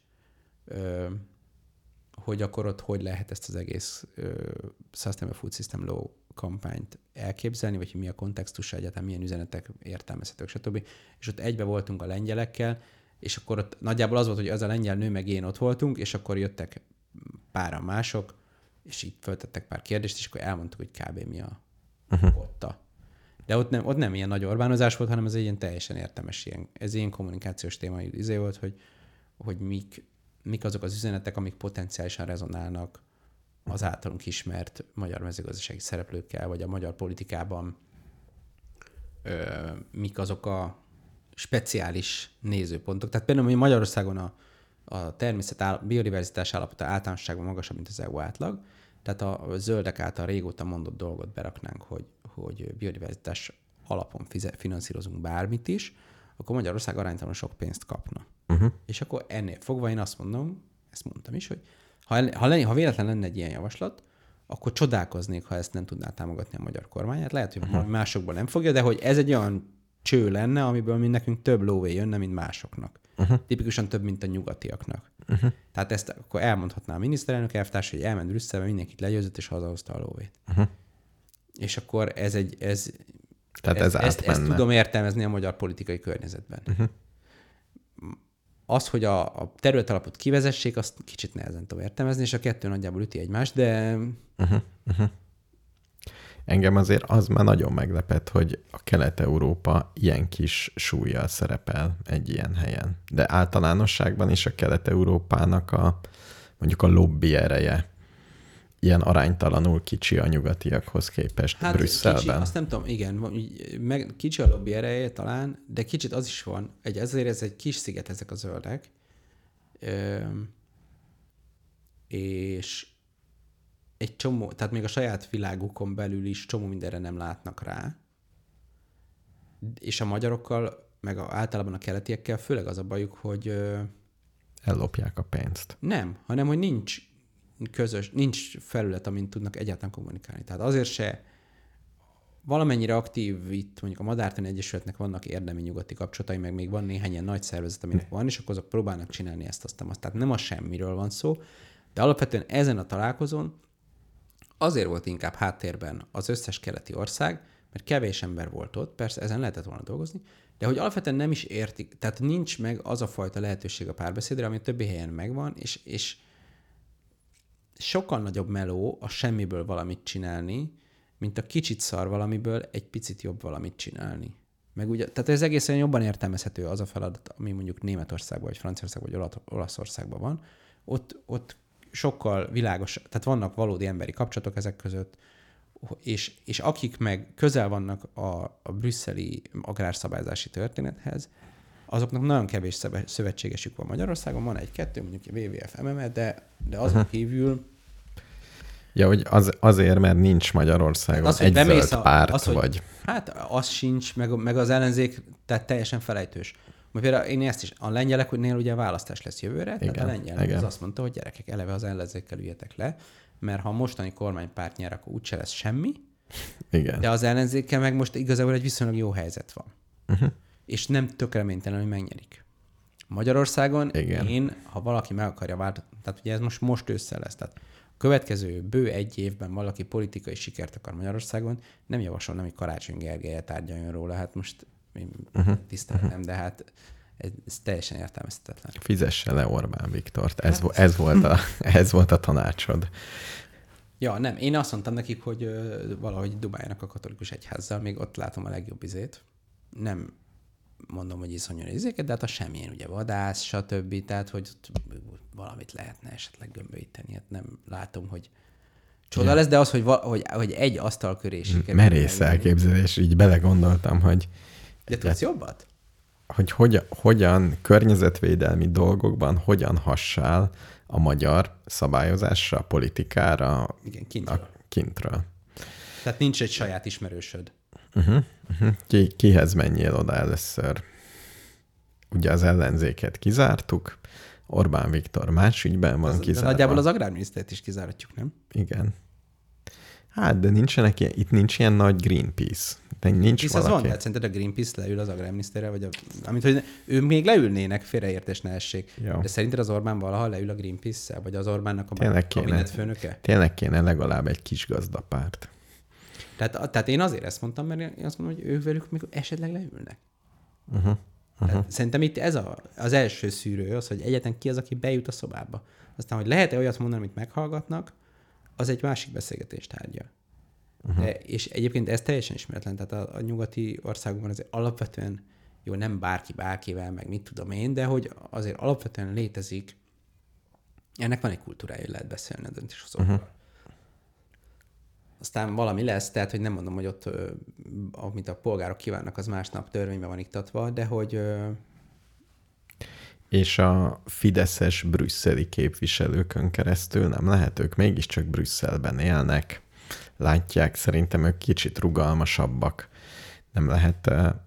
hogy akkor ott hogy lehet ezt az egész Sustainable Food System Law kampányt elképzelni, vagy hogy mi a kontextusa egyáltalán, milyen üzenetek értelmezhetők, stb. És ott egybe voltunk a lengyelekkel, és akkor ott nagyjából az volt, hogy az a lengyel nő meg én ott voltunk, és akkor jöttek páran mások, és így föltettek pár kérdést, és akkor elmondtuk, hogy kb. Mi a otta. De ott nem ilyen nagy Orbánozás volt, hanem ez egy ilyen teljesen értelmes, ez ilyen kommunikációs téma izé volt, hogy mik azok az üzenetek, amik potenciálisan rezonálnak az általunk ismert magyar mezőgazdasági szereplőkkel, vagy a magyar politikában mik azok a speciális nézőpontok. Tehát például, hogy Magyarországon a természet biodiverzitás állapota általánosságban magasabb, mint az EU átlag, tehát a zöldek által régóta mondott dolgot beraknánk, hogy biodiverzitás alapon finanszírozunk bármit is, akkor Magyarország aránytalanul sok pénzt kapna. És akkor ennél fogva én azt mondom, ezt mondtam is, hogy ha véletlen lenne egy ilyen javaslat, akkor csodálkoznék, ha ezt nem tudná támogatni a magyar kormányát. Lehet, hogy másokból nem fogja, de hogy ez egy olyan cső lenne, amiből mi nekünk több lóvé jönne, mint másoknak. Tipikusan több, mint a nyugatiaknak. Tehát ezt akkor elmondhatná a miniszterelnök elvtárs, hogy elment Brüsszelbe, mindenkit legyőzött, és hazahozta a lóvét. És akkor ezt tudom értelmezni a magyar politikai környezetben. Az, hogy a területalapot kivezessék, azt kicsit nehezen tudom értelmezni, és a kettő nagyjából üti egymást, de... Engem azért az már nagyon meglepett, hogy a Kelet-Európa ilyen kis súllyal szerepel egy ilyen helyen. De általánosságban is a Kelet-Európának mondjuk a lobby ereje ilyen aránytalanul kicsi a nyugatiakhoz képest Brüsszelben. Kicsi, azt nem tudom, igen, kicsi a lobby ereje talán, de kicsit az is van, ezért ez egy kis sziget ezek a zöldek, és egy csomó, tehát még a saját világukon belül is csomó mindenre nem látnak rá, és a magyarokkal, meg általában a keletiekkel főleg az a bajuk, hogy... ellopják a pénzt. Nem, hanem hogy nincs felület, amin tudnak egyáltalán kommunikálni. Tehát azért se valamennyire aktív itt, mondjuk a Madártani Egyesületnek vannak érdemi nyugati kapcsolatai, meg még van néhány ilyen nagy szervezet, aminek van, és akkor azok próbálnak csinálni ezt. Tehát nem a semmiről van szó, de alapvetően ezen a találkozón azért volt inkább háttérben az összes keleti ország, mert kevés ember volt ott, persze ezen lehetett volna dolgozni, de hogy alapvetően nem is értik, tehát nincs meg az a fajta lehetőség a párbeszédre, ami többi helyen megvan, és sokkal nagyobb meló a semmiből valamit csinálni, mint a kicsit szar valamiből egy picit jobb valamit csinálni. Meg ugye, tehát ez egészen jobban értelmezhető az a feladat, ami mondjuk Németországban, vagy Franciaországban, vagy Olaszországban van. Ott sokkal világos, tehát vannak valódi emberi kapcsolatok ezek között, és akik meg közel vannak a brüsszeli agrárszabályzási történethez, azoknak nagyon kevés szövetségesük van Magyarországon, van egy-kettő, mondjuk WWF, MMA, de azon kívül... Ja, hogy azért, mert nincs Magyarországon az, egy zöld párt, vagy... Hát az sincs, meg az ellenzék, tehát teljesen felejtős. Mert például én ezt is, a lengyeleknél ugye a választás lesz jövőre, igen, tehát a lengyel az azt mondta, hogy gyerekek, eleve az ellenzékkel üljetek le, mert ha a mostani kormánypárt nyer, akkor úgyse lesz semmi, igen. De az ellenzékkel meg most igazából egy viszonylag jó helyzet van. És nem tök reménytelen, hogy megnyerik. Magyarországon én, ha valaki meg akarja váltani, tehát ugye ez most ősszel lesz, tehát a következő bő egy évben valaki politikai sikert akar Magyarországon, nem javasolnám, hogy Karácsony Gergelyel tárgyaljon róla, hát most tiszteltem, de hát Ez teljesen értelmezhetetlen. Fizesse le Orbán Viktort. Ez volt a tanácsod. Ja, nem. Én azt mondtam nekik, hogy valahogy dubáljanak a katolikus egyházzal, még ott látom a legjobb izét. Nem mondom, hogy iszonyú izéket, de hát a semmilyen ugye vadász, stb. Tehát, hogy valamit lehetne esetleg gömbölyíteni. Hát nem látom, hogy csoda lesz, de az, hogy egy asztal köré sikerül. Merész elképzelés, így belegondoltam, hogy... De tudsz jobbat? Hogy hogyan környezetvédelmi dolgokban hogyan hassál a magyar szabályozásra, a politikára, igen, kintről. Tehát nincs egy saját ismerősöd. Kihez menjél oda először? Ugye az ellenzéket kizártuk, Orbán Viktor más ügyben van kizárva. Nagyjából az agrárminisztert is kizárhatjuk, nem? Igen. Hát, de itt nincs ilyen nagy Greenpeace. Nincs hisz valaki. az van, tehát szerinted a Greenpeace leül az agrárminiszterrel, vagy amit, hogy ők még leülnének, félreértés ne essék. Jó. De szerinted az Orbán valaha leül a Greenpeace-szel, vagy az Orbánnak a kabinetfőnöke? Tényleg kéne legalább egy kis gazdapárt. Tehát én azért ezt mondtam, mert én azt mondom, hogy ők velük még esetleg leülnek. Tehát szerintem itt ez az első szűrő az, hogy egyetlen ki az, aki bejut a szobába. Aztán, hogy lehet-e olyat mondani, amit meghallgatnak, az egy másik beszélgetés tárgya. És egyébként ez teljesen ismeretlen. Tehát a nyugati országokban azért alapvetően, jó, nem bárki bárkivel, meg mit tudom én, de hogy azért alapvetően létezik, ennek van egy kultúrája, hogy lehet beszélni a döntéshozókkal. Aztán valami lesz, tehát, hogy nem mondom, hogy ott, amit a polgárok kívánnak, az másnap törvényben van iktatva, de hogy... És a fideszes brüsszeli képviselőkön keresztül nem lehet, ők mégiscsak Brüsszelben élnek, látják, szerintem ők kicsit rugalmasabbak. Nem lehet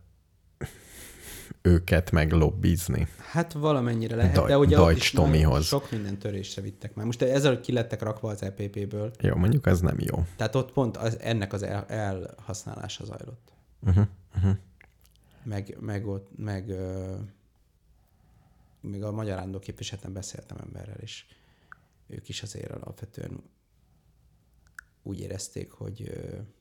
őket meglobbizni. Hát valamennyire lehet, de ugye ott is Tomihoz. Sok minden törésre vittek már. Most ezzel, hogy ki lettek rakva az EPP-ből. Jó, mondjuk az nem jó. Tehát ott pont ennek az elhasználása zajlott. Meg még a Magyar Állandó Képviseletem beszéltem emberrel, és ők is azért alapvetően úgy érezték, hogy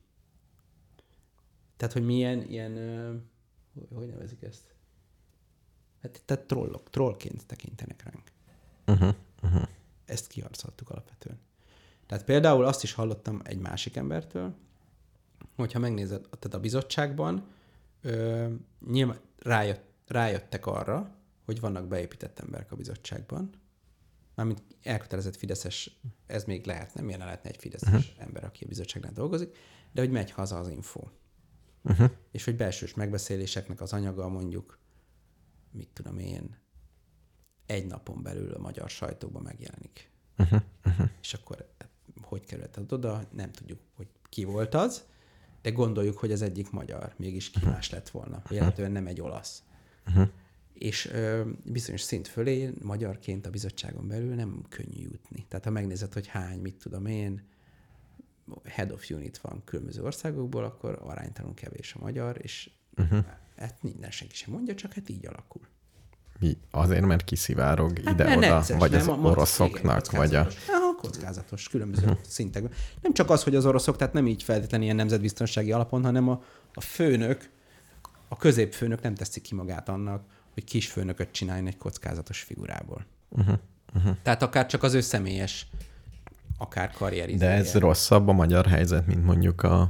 tehát, hogy milyen ilyen, hogy nevezik ezt? Hát, tehát trollként tekintenek ránk. Ezt kiharcoltuk alapvetően. Tehát például azt is hallottam egy másik embertől, hogyha megnézed, tehát a bizottságban nyilván rájöttek arra, hogy vannak beépített emberek a bizottságban, mármint elkötelezett fideszes, ez még lehet, nem ilyen lehetne egy fideszes ember, aki a bizottságnál dolgozik, de hogy megy haza az info. És hogy belsős megbeszéléseknek az anyaga mondjuk, mit tudom én, egy napon belül a magyar sajtóban megjelenik. És akkor hogy kerülhet oda, nem tudjuk, hogy ki volt az, de gondoljuk, hogy az egyik magyar, mégis ki más lett volna. Jelentően nem egy olasz. És bizonyos szint fölé magyarként a bizottságon belül nem könnyű jutni. Tehát ha megnézed, hogy hány, mit tudom én, head of unit van különböző országokból, akkor aránytalanul kevés a magyar, és hát minden senki sem mondja, csak hát így alakul. Mi? Azért, mert kiszivárog ide-oda, vagy az oroszoknak, vagy a... Kockázatos, különböző szintekben. Nem csak az, hogy az oroszok, tehát nem így feltétlenül ilyen nemzetbiztonsági alapon, hanem a főnök, a középfőnök nem teszi ki magát annak, hogy kisfőnököt csináljon egy kockázatos figurából. Tehát akár csak az ő személyes, akár karrierizálja. De ez rosszabb a magyar helyzet, mint mondjuk a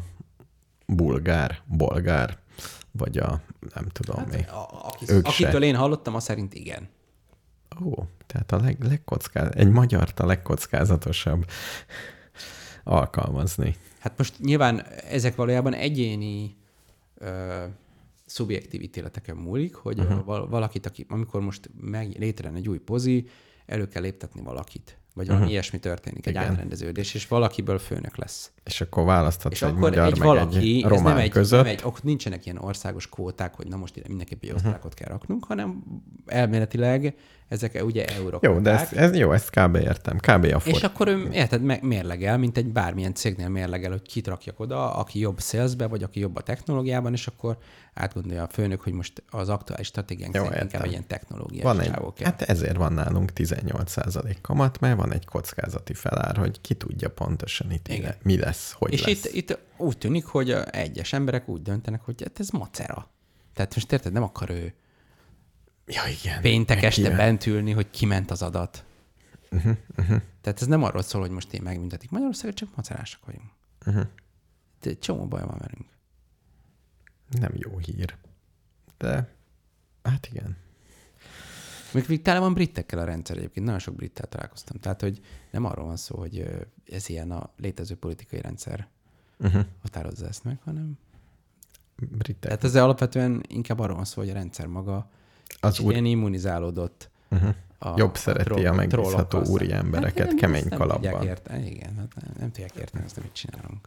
bolgár, vagy a nem tudom hát, még. Akitől én hallottam, az szerint igen. Tehát egy magyart a legkockázatosabb alkalmazni. Hát most nyilván ezek valójában egyéni szubjektív ítéleteken múlik, hogy valakit, amikor most létrejön egy új pozi, elő kell léptetni valakit. Vagy valami ilyesmi történik, egy átrendeződés, és valakiből főnök lesz. És akkor választhatsz egy akkor magyar, egy meg valaki, egy román között. Akkor nincsenek ilyen országos kvóták, hogy na most ide mindenképp egy osztrákot kell raknunk, hanem elméletileg ezek ugye eurokvóták. Jó, de ezt kb. Értem. Kb. a És akkor ő, érted, mérlegel, mint egy bármilyen cégnél mérlegel, hogy kit rakjak oda, aki jobb salesbe, vagy aki jobb a technológiában, és akkor átgondolja a főnök, hogy most az aktuális stratégiánk szerint inkább egy ilyen technológiás csávó kell. Hát ezért van nálunk 18% kamat, mert van egy kockázati felár, hogy ki tudja pontosan itt mi lesz, hogy és lesz. És itt úgy tűnik, hogy egyes emberek úgy döntenek, hogy hát ez macera. Tehát most érted, nem akar ő Ja, igen. Péntek este bent ülni, hogy kiment az adat. Tehát ez nem arról szól, hogy most én megbüntetik Magyarországot, csak macerásak vagyunk. De csomó baj van velünk. Nem jó hír. De hát igen. Még tele van britekkel a rendszer egyébként. Nagyon sok brittel találkoztam. Tehát, hogy nem arról van szó, hogy ez ilyen a létező politikai rendszer határozza ezt meg, hanem Britek. Tehát ezzel alapvetően inkább arról van szó, hogy a rendszer maga az ilyen immunizálódott. Jobb szereti a megbízható úri embereket hát, kemény kalapban. Igen, hát nem tudják érteni azt, amit csinálunk.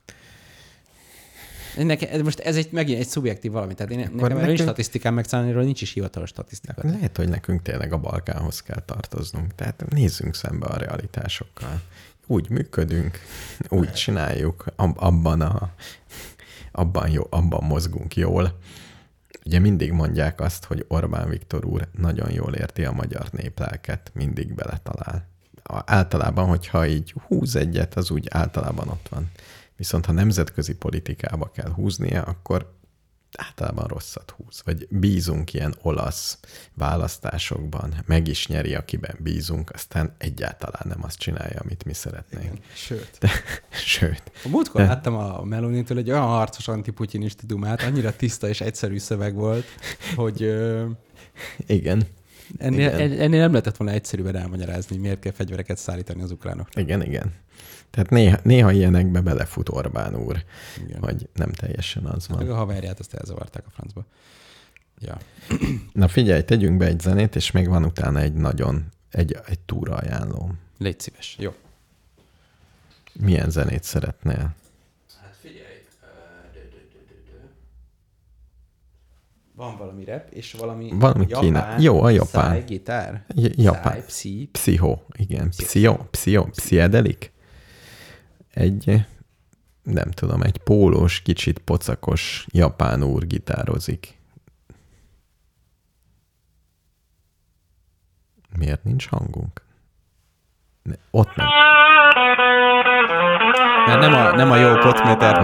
Most ez megint egy szubjektív valami. Tehát nekem nincs statisztikám megszállni, nincs is hivatalos statisztika. Lehet, hogy nekünk tényleg a Balkánhoz kell tartoznunk. Tehát nézzünk szembe a realitásokkal. Úgy működünk, úgy csináljuk, abban mozgunk jól. Ugye mindig mondják azt, hogy Orbán Viktor úr nagyon jól érti a magyar néplelket, mindig beletalál. Általában, hogyha így húz egyet, az úgy általában ott van. Viszont ha nemzetközi politikába kell húznia, akkor általában rosszat húz. Vagy bízunk ilyen olasz választásokban, meg is nyeri, akiben bízunk, aztán egyáltalán nem azt csinálja, amit mi szeretnénk. Igen. Sőt. A múltkor láttam a Melonitől egy olyan harcos antiputyinista dumát, annyira tiszta és egyszerű szöveg volt, hogy igen. Ennél nem lehetett volna egyszerűen elmagyarázni, miért kell fegyvereket szállítani az ukránoknak. Igen. Tehát néha ilyenekbe belefut Orbán úr, igen. Hogy nem teljesen az van. Meg a haverját azt elzavarták a francba. Ja. Na figyelj, tegyünk be egy zenét, és még van utána egy túra ajánlóm. Légy szíves. Jó. Milyen zenét szeretnél? Hát figyelj. Van valami rap, és valami japán. Jó, a japán. Száj, gitár. Japán. Száj, Pszicho, igen. Pszichedelik. Nem tudom, egy pólós, kicsit pocakos japán úr gitározik. Miért nincs hangunk? Ott nem. Mert nem a jó potméter.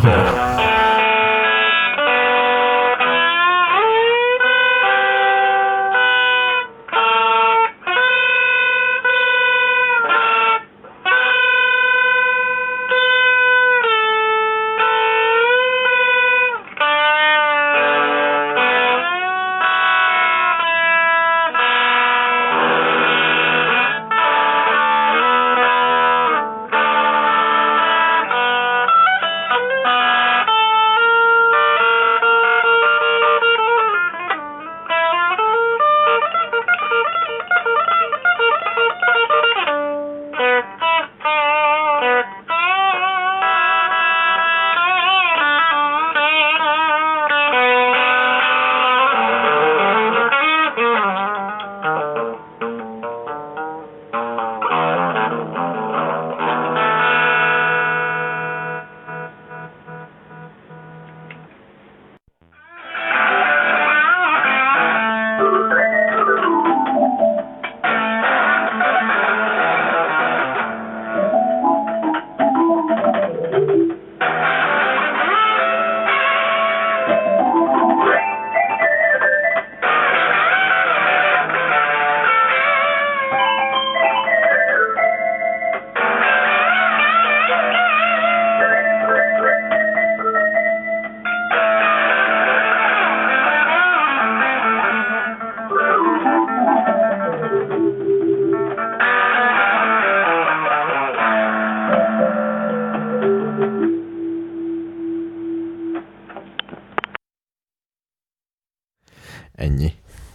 Ennyi.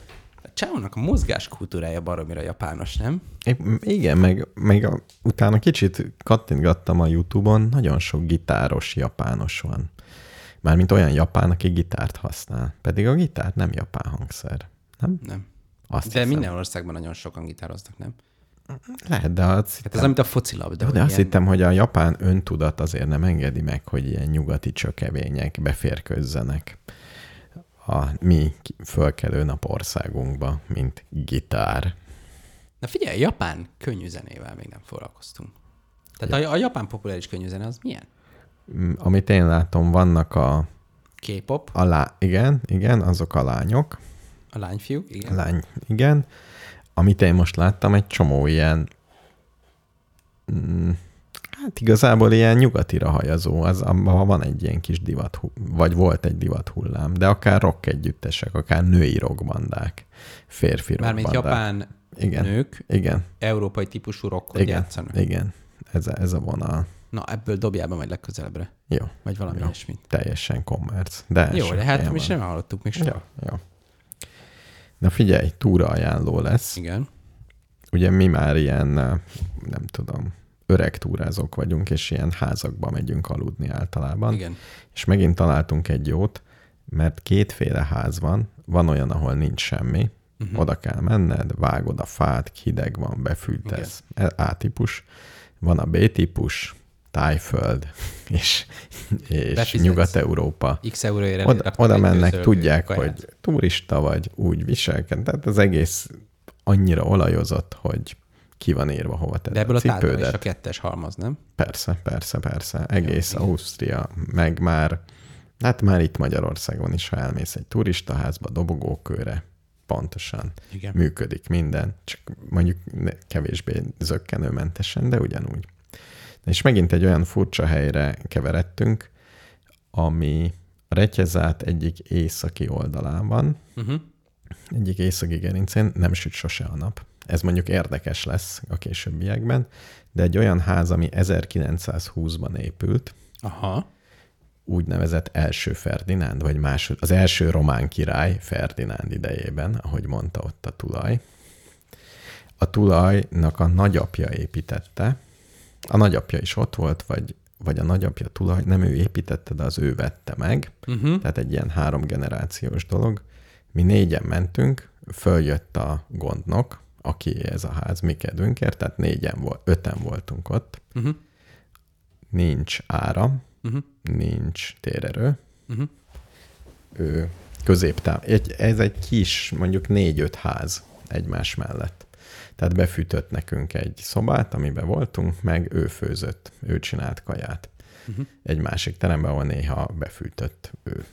A csávónak a mozgáskultúrája baromira japános, nem? Igen, meg utána kicsit kattintgattam a YouTube-on, nagyon sok gitáros japános van. Mármint olyan japán, aki gitárt használ. Pedig a gitár nem japán hangszer. Nem? Nem. Azt de hiszem. minden országban nagyon sokan gitároznak, nem? Lehet, de azt hittem, ez amit a focilabda. De azt hittem, hogy a japán öntudat azért nem engedi meg, hogy ilyen nyugati csökevények beférkőzzenek a mi fölkelő nap országunkba, mint gitár. Na figyelj, japán könnyű zenével még nem foglalkoztunk. Tehát a japán populáris könnyű zene az milyen? Amit én látom, vannak a... K-pop? Igen, azok a lányok. A lányfiúk, igen. Lány, igen. Amit én most láttam, egy csomó ilyen hát igazából ilyen nyugatira hajazó, abban van egy ilyen kis divat, vagy volt egy divat hullám, de akár rock együttesek, akár női rockbandák, férfi rockbandák. Mármint japán nők, európai típusú rockot játszanak. Igen, ez a vonal. Na, ebből dobjál be majd legközelebbre. Jó. Vagy valami ilyesmit. Teljesen kommerc. De jó, de hát mi sem hallottuk még soha. Jó. Na figyelj, túraajánló lesz. Igen. Ugye mi már ilyen, nem tudom, öreg túrázók vagyunk, és ilyen házakba megyünk aludni általában. Igen. És megint találtunk egy jót, mert kétféle ház van. Van olyan, ahol nincs semmi. Oda kell menned, vágod a fát, hideg van, befűtesz. A-típus. Van a B-típus, Tájföld, és Nyugat-Európa. X euróért oda mennek, tudják, hogy turista vagy, úgy viselkednek. Tehát az egész annyira olajozott, hogy ki van írva, hova tedd de ebből a cipődet. De ebből a 2-es halmaz, nem? Persze. Egész jó, Ausztria, meg már, hát már itt Magyarországon is, ha elmész egy turistaházba, dobogókőre, pontosan igen. Működik minden, csak mondjuk kevésbé zökkenőmentesen, de ugyanúgy. És megint egy olyan furcsa helyre keveredtünk, ami a Retyezát egyik északi oldalán van, egyik északi gerincén, nem süt sose a nap. Ez mondjuk érdekes lesz a későbbiekben, de egy olyan ház, ami 1920-ban épült, úgynevezett első Ferdinánd, vagy az első román király Ferdinánd idejében, ahogy mondta ott a tulaj. A tulajnak a nagyapja építette, a nagyapja is ott volt, vagy a nagyapja tulaj, nem ő építette, de az ő vette meg. Tehát egy ilyen 3 generációs dolog. Mi 4-en mentünk, följött a gondnok, aki ez a ház, mi kedvünkért, tehát 5-en voltunk ott. Nincs áram, nincs térerő. Ez egy kis, mondjuk 4-5 ház egymás mellett. Tehát befűtött nekünk egy szobát, amiben voltunk, meg ő főzött, ő csinált kaját. Egy másik teremben, ahol néha befűtött ő.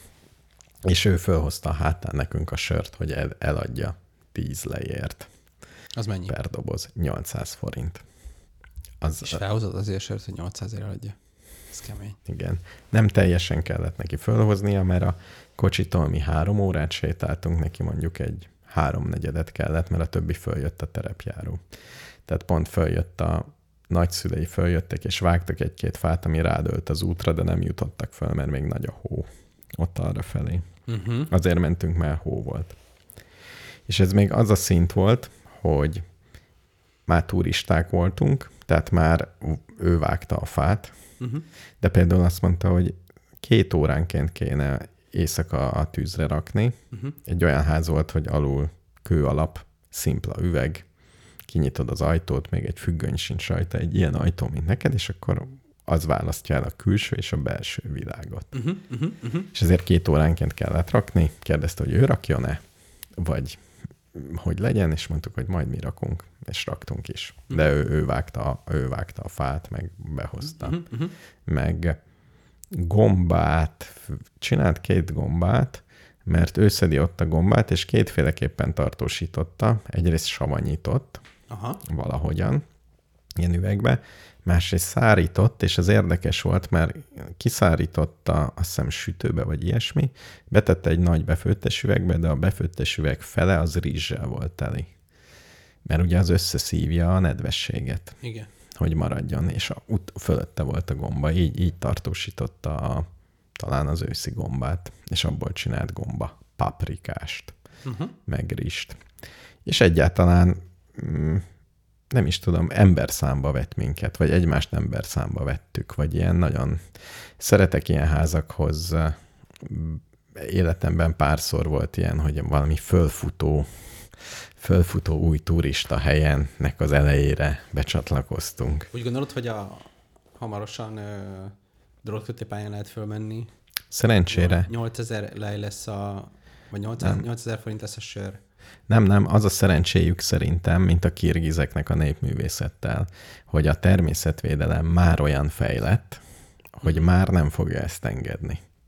És ő fölhozta a hátán nekünk a sört, hogy eladja 10 lejért. Az mennyi? Per doboz, 800 forint. És felhozod azért sört, hogy 800-ért eladja? Ez kemény. Igen. Nem teljesen kellett neki fölhoznia, mert a kocsitól mi 3 órát sétáltunk, neki mondjuk egy 3/4 kellett, mert a többi följött a terepjáró. Tehát pont följött a nagyszülei följöttek, és vágtak 1-2 fát, ami rádölt az útra, de nem jutottak föl, mert még nagy a hó ott arra felé. Azért mentünk, mert hó volt. És ez még az a szint volt, hogy már turisták voltunk, tehát már ő vágta a fát, de például azt mondta, hogy 2 óránként kéne éjszaka a tűzre rakni. Egy olyan ház volt, hogy alul kő alap, szimpla üveg, kinyitod az ajtót, még egy függöny sincs rajta, egy ilyen ajtó, mint neked, és akkor az választja el a külső és a belső világot. És ezért 2 óránként kellett rakni. Kérdezte, hogy ő rakjon-e, vagy hogy legyen, és mondtuk, hogy majd mi rakunk, és raktunk is. De ő vágta a fát, meg behozta. Meg gombát, csinált 2 gombát, mert ő szedi ott a gombát, és 2-féleképpen tartósította. Egyrészt savanyított valahogyan, ilyen üvegbe, másrészt szárított, és az érdekes volt, mert kiszárította, azt hiszem sütőbe, vagy ilyesmi, betette egy nagy befőttes üvegbe, de a befőttes üveg fele az rizssel volt teli. Mert ugye az összeszívja a nedvességet. Igen. Hogy maradjon, és fölötte volt a gomba, így tartósította talán az őszi gombát, és abból csinált gomba paprikást, meg rizst. És egyáltalán nem is tudom, emberszámba vett minket, vagy egymást emberszámba vettük, vagy ilyen nagyon szeretek ilyen házakhoz. Életemben párszor volt ilyen, hogy valami fölfutó új turista helyennek az elejére becsatlakoztunk. Úgy gondolod, hogy hamarosan drótkötőpályán lehet fölmenni? Szerencsére. 8000 lej lesz vagy 8000 forint lesz a sör. Nem, az a szerencséjük szerintem, mint a kirgizeknek a népművészettel, hogy a természetvédelem már olyan fejlett, hogy már nem fogja ezt engedni.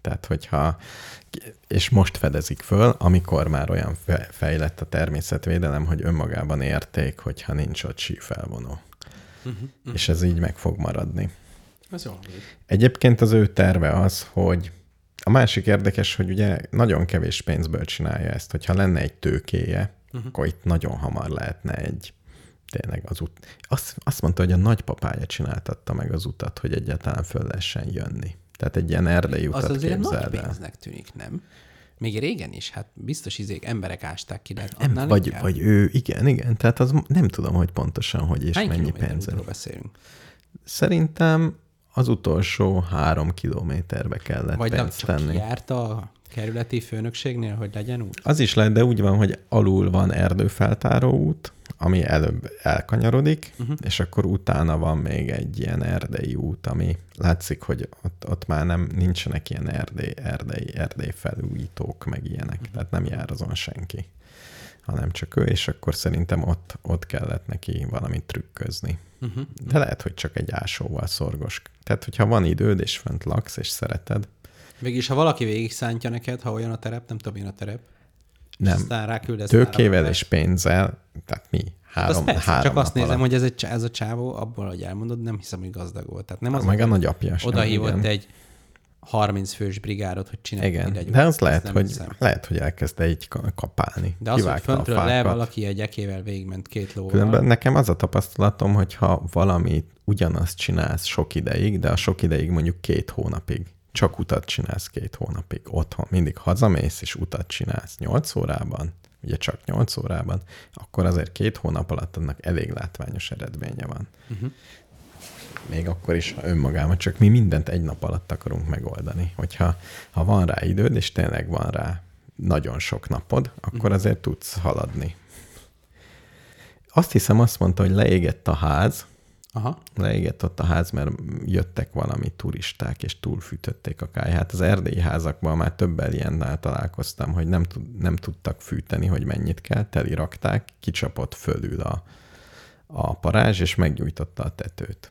Tehát, hogyha, és most fedezik föl, amikor már olyan fejlett a természetvédelem, hogy önmagában érték, hogyha nincs ott sífelvonó. És ez így meg fog maradni. Ez jó. Egyébként az ő terve az, hogy a másik érdekes, hogy ugye nagyon kevés pénzből csinálja ezt, hogyha lenne egy tőkéje, akkor itt nagyon hamar lehetne egy tényleg az út. Azt mondta, hogy a nagypapája csináltatta meg az utat, hogy egyáltalán föl lehessen jönni. Tehát egy ilyen erdei utat képzeld el. Az azért nagy pénznek tűnik, nem? Még régen is, hát biztos emberek ásták ki, de nem, vagy ő, igen, tehát az nem tudom, hogy pontosan, hogy és hány mennyi pénzre. Beszélünk? Szerintem az utolsó 3 kilométerbe kellett vagy pénzt tenni. Vagy járt a kerületi főnökségnél, hogy legyen út? Az is lehet, de úgy van, hogy alul van erdőfeltáró út, ami előbb elkanyarodik, és akkor utána van még egy ilyen erdei út, ami látszik, hogy ott már nincsenek ilyen erdei felújítók, meg ilyenek, tehát nem jár azon senki, hanem csak ő, és akkor szerintem ott kellett neki valamit trükközni. De lehet, hogy csak egy ásóval szorgos. Tehát, hogyha van időd, és fönt laksz, és szereted. Mégis, ha valaki végig szántja neked, ha olyan a terep, nem tudom én a terep, nem. Tőkével és pénzzel, tehát mi? Három csak azt nézem, hogy ez a csávó, abból, hogy elmondod, nem hiszem, hogy gazdag volt. Tehát nem az, meg a nagyapja sem. Oda hívott egy 30 fős brigádot, hogy csinálj egy de az lehet, hogy elkezdte így kapálni. De az, hogy föntről le valaki egy ekével végigment 2 lóval. Különben nekem az a tapasztalatom, hogy ha valamit ugyanazt csinálsz sok ideig, de a sok ideig mondjuk 2 hónapig, csak utat csinálsz 2 hónapig, otthon mindig hazamész, és utat csinálsz 8 órában, ugye csak 8 órában, akkor azért 2 hónap alatt annak elég látványos eredménye van. Még akkor is, ha önmagában, csak mi mindent egy nap alatt akarunk megoldani. Hogyha van rá időd, és tényleg van rá nagyon sok napod, akkor azért tudsz haladni. Azt hiszem, azt mondta, hogy leégett a ház. Leégett ott a ház, mert jöttek valami turisták, és túlfűtötték a kályhát. Az erdélyi házakban már többel ilyennel találkoztam, hogy nem tudtak fűteni, hogy mennyit kell, telirakták, kicsapott fölül a parázs, és meggyújtotta a tetőt.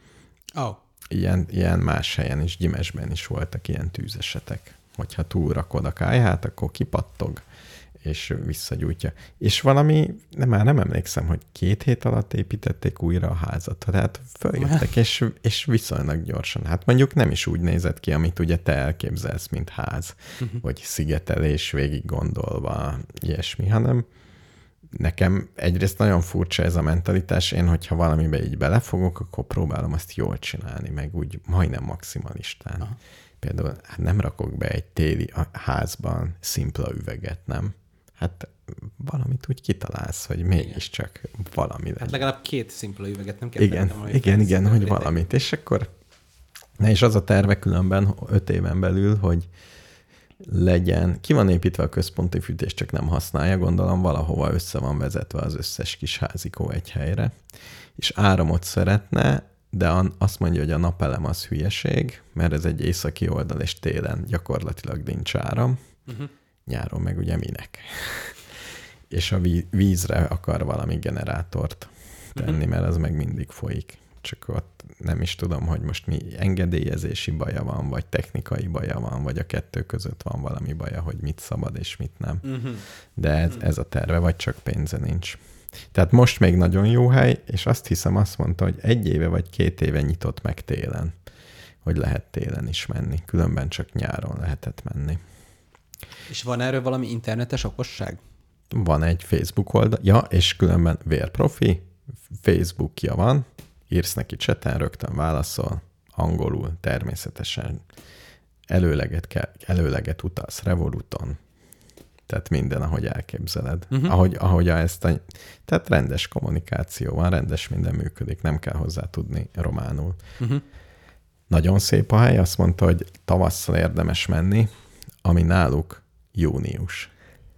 Ilyen más helyen is, Gyimesben is voltak ilyen tűzesetek. Hogyha túlrakod a kályhát, akkor kipattog, és visszagyújtja. És valami, már nem emlékszem, hogy 2 hét alatt építették újra a házat. Tehát följöttek, és viszonylag gyorsan. Hát mondjuk nem is úgy nézett ki, amit ugye te elképzelsz, mint ház, vagy szigetelés végig gondolva, ilyesmi, hanem nekem egyrészt nagyon furcsa ez a mentalitás. Én, hogyha valamibe így belefogok, akkor próbálom azt jól csinálni, meg úgy majdnem maximalistán. Például nem rakok be egy téli házban szimpla üveget, nem? Hát valamit úgy kitalálsz, hogy mégiscsak valami legyen. Hát legalább 2 szimpla üveget nem kell. Igen, hogy valamit. És akkor, és az a terve különben 5 éven belül, hogy legyen, ki van építve a központi fűtés, csak nem használja, gondolom valahova össze van vezetve az összes kis házikó egy helyre, és áramot szeretne, de azt mondja, hogy a napelem az hülyeség, mert ez egy északi oldal, és télen gyakorlatilag nincs áram, nyáron meg ugye minek. És a vízre akar valami generátort tenni, mert az meg mindig folyik. Csak ott nem is tudom, hogy most mi engedélyezési baja van, vagy technikai baja van, vagy a 2 között van valami baja, hogy mit szabad és mit nem. De ez a terve, vagy csak pénze nincs. Tehát most még nagyon jó hely, és azt mondta, hogy 1 éve vagy 2 éve nyitott meg télen, hogy lehet télen is menni. Különben csak nyáron lehetett menni. És van erről valami internetes okosság? Van egy Facebook oldal, és különben vérprofi, Facebookja van, írsz neki chaten, rögtön válaszol, angolul természetesen, előleget utalsz Revoluton, tehát minden, ahogy elképzeled. Ahogy tehát rendes kommunikáció van, rendes minden működik, nem kell hozzá tudni románul. Nagyon szép a hely, azt mondta, hogy tavasszal érdemes menni, ami náluk június.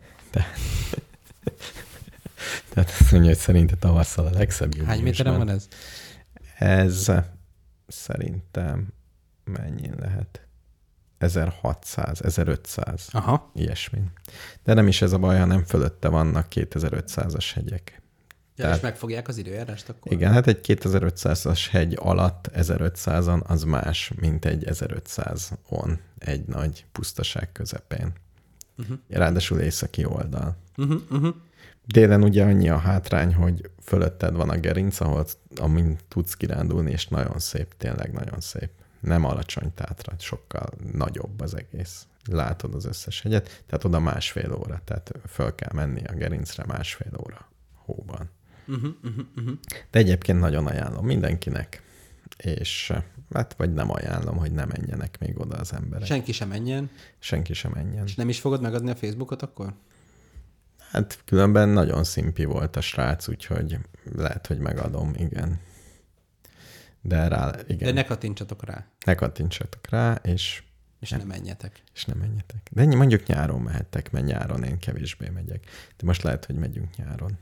Tehát azt mondja, hogy szerinte tavasszal a legszebb júniusban. Hány méteren van ez? Ez szerintem mennyi lehet? 1600, 1500, ilyesmi. De nem is ez a baj, hanem fölötte vannak 2500-as hegyek. Ja, és megfogják az időjárást akkor? Igen, hát egy 2500-as hegy alatt 1500-on az más, mint egy 1500-on egy nagy pusztaság közepén. Ráadásul északi oldal. Délen ugye annyi a hátrány, hogy fölötted van a gerinc, amin tudsz kirándulni, és nagyon szép, tényleg nagyon szép. Nem alacsony Tátra, sokkal nagyobb az egész. Látod az összes hegyet, tehát oda 1,5 óra, tehát föl kell menni a gerincre 1,5 óra hóban. De egyébként nagyon ajánlom mindenkinek, és hát vagy nem ajánlom, hogy ne menjenek még oda az emberek. Senki sem menjen. Senki sem menjen. És nem is fogod megadni a Facebookot akkor? Hát különben nagyon szimpi volt a srác, úgyhogy lehet, hogy megadom, igen. De rá, igen. De ne kattintsatok rá. Ne kattintsatok rá, és nem menjetek. És nem menjetek. De mondjuk nyáron mehettek, mert nyáron én kevésbé megyek. De most lehet, hogy megyünk nyáron.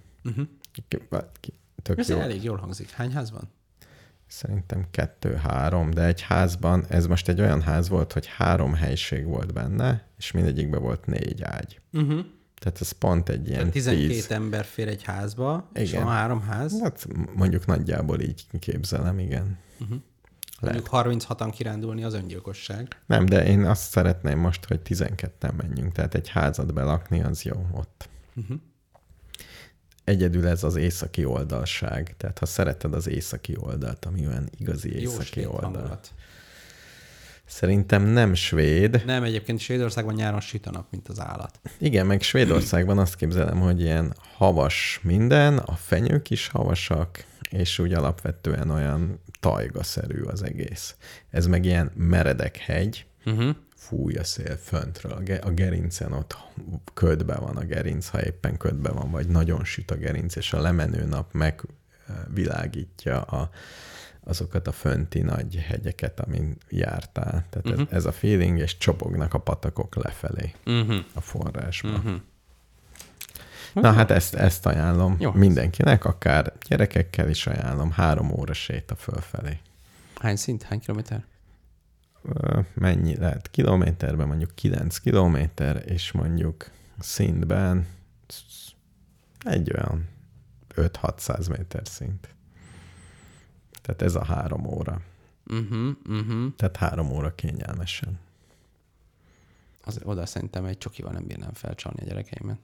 Ez elég jól hangzik. Hány ház van? Szerintem 2-3, de egy házban, ez most egy olyan ház volt, hogy 3 helység volt benne, és mindegyikben volt 4 ágy. Tehát ez pont egy ilyen 12 ember fér egy házba, igen. És van 3 ház? Hát mondjuk nagyjából így képzelem, igen. Mondjuk 36-an kirándulni az öngyilkosság. Nem, de én azt szeretném most, hogy 12-en menjünk, tehát egy házat belakni, az jó ott. Egyedül ez az északi oldalság, tehát ha szereted az északi oldalt, ami olyan igazi északi oldal. Hangulat. Szerintem nem svéd. Nem, egyébként Svédországban nyáron süt a nap, mint az állat. Igen, meg Svédországban azt képzelem, hogy ilyen havas minden, a fenyők is havasak, és úgy alapvetően olyan tajgaszerű az egész. Ez meg ilyen meredek hegy, fúj a szél föntről. A gerincen ott ködbe van a gerinc, ha éppen ködbe van, vagy nagyon süt a gerinc, és a lemenő nap megvilágítja azokat a fönti nagy hegyeket, amin jártál. Tehát ez a feeling, és csobognak a patakok lefelé a forrásba. Na hát ezt ajánlom mindenkinek, akár gyerekekkel is ajánlom, 3 óra séta fölfelé. Hány szint? Hány kilométer? Mennyi lehet? Kilométerben mondjuk 9 kilométer, és mondjuk szintben egy olyan 5-600 méter szint. Tehát ez a 3 óra. Tehát 3 óra kényelmesen. Oda szerintem egy csokival nem bírnám felcsalni a gyerekeimet.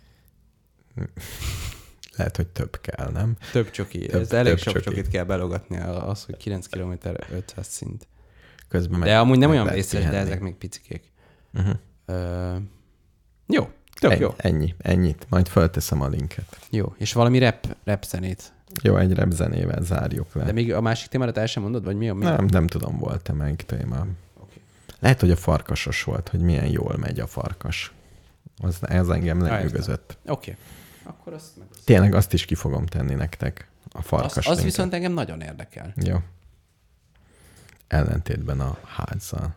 Lehet, hogy több kell, nem? Több csoki. Ez elég sok csokit kell belogatni az, hogy 9 km 500 szint. Közben de amúgy nem olyan vészes, de ezek még picikék. Jó, tök jó. Ennyit. Majd fölteszem a linket. Jó, és valami rap zenét. Jó, egy rap zenével zárjuk le. De még a másik témárat el sem mondod, vagy mi? Nem tudom, volt-e meg témám. Okay. Lehet, hogy a farkasos volt, hogy milyen jól megy a farkas. Ez engem lenyűgözött. Oké. Akkor azt meg... Tényleg azt is ki fogom tenni nektek, a farkas Az viszont engem nagyon érdekel. Jó. Ellentétben a házzal.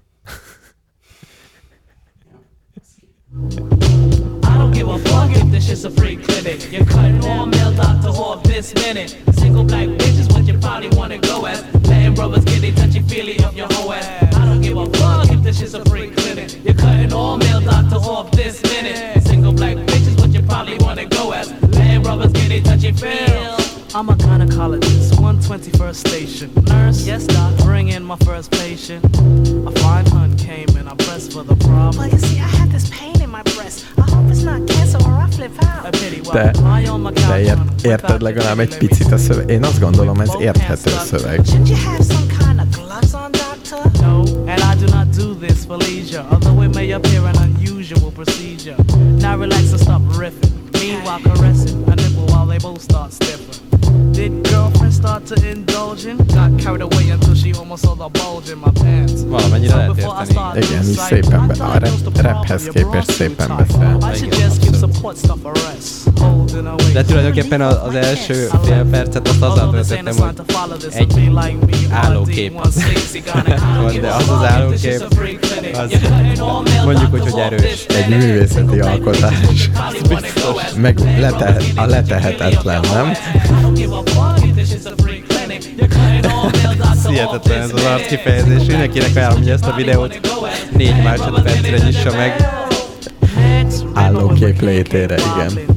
I don't give a fuck if this is a free clinic. You're cutting all male doctor off this minute. Single black bitch is what you probably wanna go as. Letting brothers get they touchy-feely of your whole ass. I don't give a fuck if this is a free clinic. You're cutting all male doctor off this minute. Single black bitch is what you probably wanna go as. Letting brothers get they touchy-feely. I'm a gynecologist, 121st station. Nurse, yes doc, bring in my first patient. A fine hun came and I pressed for the problem. Well, you see, I have this pain in my breast. I hope it's not cancer or I flip out. De érted legalább egy picit a szöveg? Én azt gondolom, ez érthető szöveg. Shouldn't you have some kind of gloves on, doctor? No, and I do not do this for leisure, although it may appear an unusual procedure. Now relax and stop riffing. Meanwhile caressing a nipple while they both start stiffing. Did girlfriend start to indulge in? Got carried away until she almost saw the bulge in my pants. Valamennyire lehet érteni. Igen, így szépen a raphez képest szépen beszél. De tulajdonképpen az első fél percet azt azzal töltöttem, hogy egy állókép van, de az állókép, az mondjuk úgy, hogy erős. Egy művészeti alkotás. Meg a letehetetlen, nem? Hihetetlen ez az arckifejezés. Mindenkinek ajánlom, hogy ezt a videót 4 másodpercre nyissa meg. Állókép létére, igen.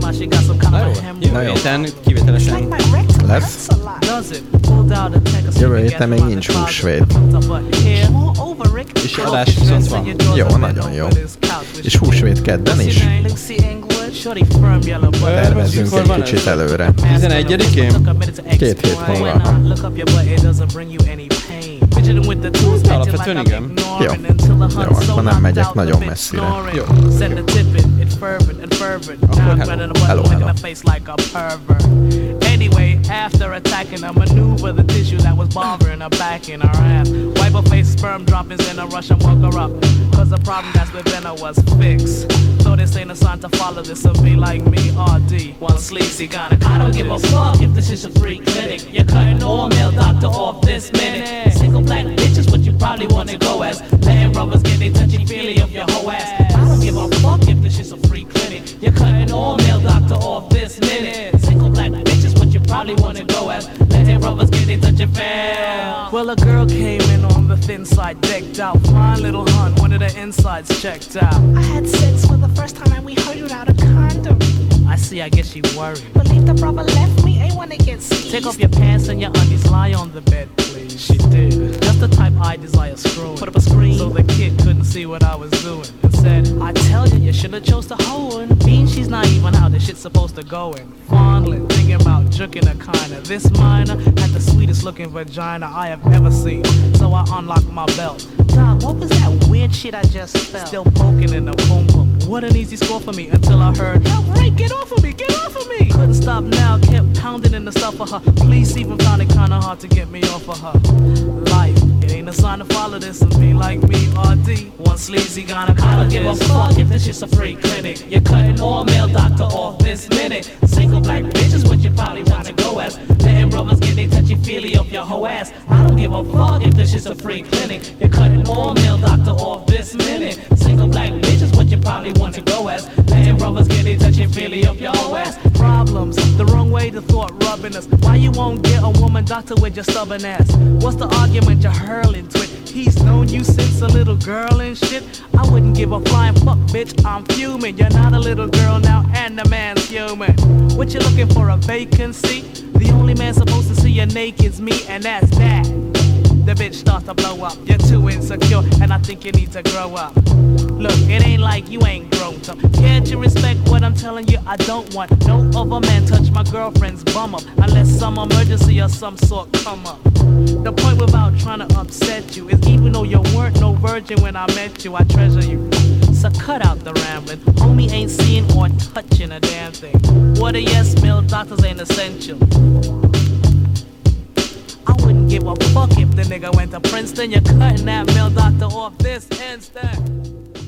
while she got some kind Na of jó, a jövő Na jó. héten It's like kivételesen my rectum Lesz. hurts a lot. Does it? Pulled out a pack of Jövő cigarettes héten még from nincs the closet, húsvét. hooked up a hair. Moreover, Rick, és adás viszont van. Jó, nagyon jó. És húsvét kedden is. Lucy Engwood, Shorty firm yellow butt. Tervezzünk mikor egy van kicsit ez? előre. 11-én? 2 hét múlva. Look up your butt, it doesn't bring you any pain. Fidgeting with the tools, Alapvetően igen. Jó. Jó, akkor nem megyek nagyon messzire. Jó. Send a tippet, it's fervent and fervent. Akkor Now I'm hello. running a button, Hello, licking hello. her face like a pervert. Anyway, after attacking her, maneuver the tissue that was bothering her back in her ass. Wipe her face, sperm droppings in a rush and woke her up. Cause the problem that's within her was fixed. So this ain't a sign to follow this of me like me, RD. One sleazy gynecologist. I don't give a fuck if this is a free clinic. You're cutting all male doctor off this minute. Single black bitch is what you probably wanna go as. Letting brothers get they touchy-feely of your whole ass. I don't give a fuck if this is a free clinic. You're cutting all male doctor off this minute. Single black bitch is what you probably wanna go as. Letting brothers get they touchy-feely. Well, a girl came in on the thin side, decked out. Fine little hun, one of the insides checked out. I had sex for the first time and we heard without a condom. I see, I guess she worried. Believe the brother left me, ain't wanna get skeezed. Take off your pants and your undies, lie on the bed, please. She did. Just the type I desire screwing. Put up a screen so the kid couldn't see what I was doing. And said, I tell you, you should've chose to hoe in. Being she's naive on how this shit's supposed to go in. Fondling, thinking about jerking her kinda. This minor had the sweetest looking vagina I have ever seen. So I unlocked my belt. Dog, what was that weird shit I just felt? Still poking in the boom boom. What an easy score for me until I heard, help, Ray, get off of me, get off of me. Couldn't stop now, kept pounding in the stuff for her. Police even found it kinda hard to get me off of her. Life, it ain't a sign to follow this and be like me, RD. One sleazy gynecologist. I don't give a fuck if this shit's a free clinic. You're cutting all male doctor off this minute. Single black bitch is what you probably want to go as. Letting brothers get they touchy-feely off your whole ass. I don't give a fuck if this shit's a free clinic. You're cutting all male doctor off this minute. Single black bitch is what you probably want to go as. Letting brothers get they touchy-feely off your whole ass. Problems, the wrong way to thought rubbing us. Why you won't get a woman doctor with your stubborn ass? What's the argument you're hurling to it? He's known you since a little girl and shit. I wouldn't give a flying fuck, bitch, I'm fuming. You're not a little girl now and the man's human. What you looking for, a vacancy? The only man supposed to see you naked's me, and that's that. The bitch starts to blow up. You're too insecure, and I think you need to grow up. Look, it ain't like you ain't grown up. Can't you respect what I'm telling you? I don't want no other man touch my girlfriend's bum up unless some emergency or some sort come up. The point without trying to upset you is even though you weren't no virgin when I met you, I treasure you. So cut out the rambling. Homie ain't seeing or touching a damn thing. What a yes, male doctors ain't essential. I wouldn't give a fuck if the nigga went to Princeton. You're cutting that male doctor off this instant.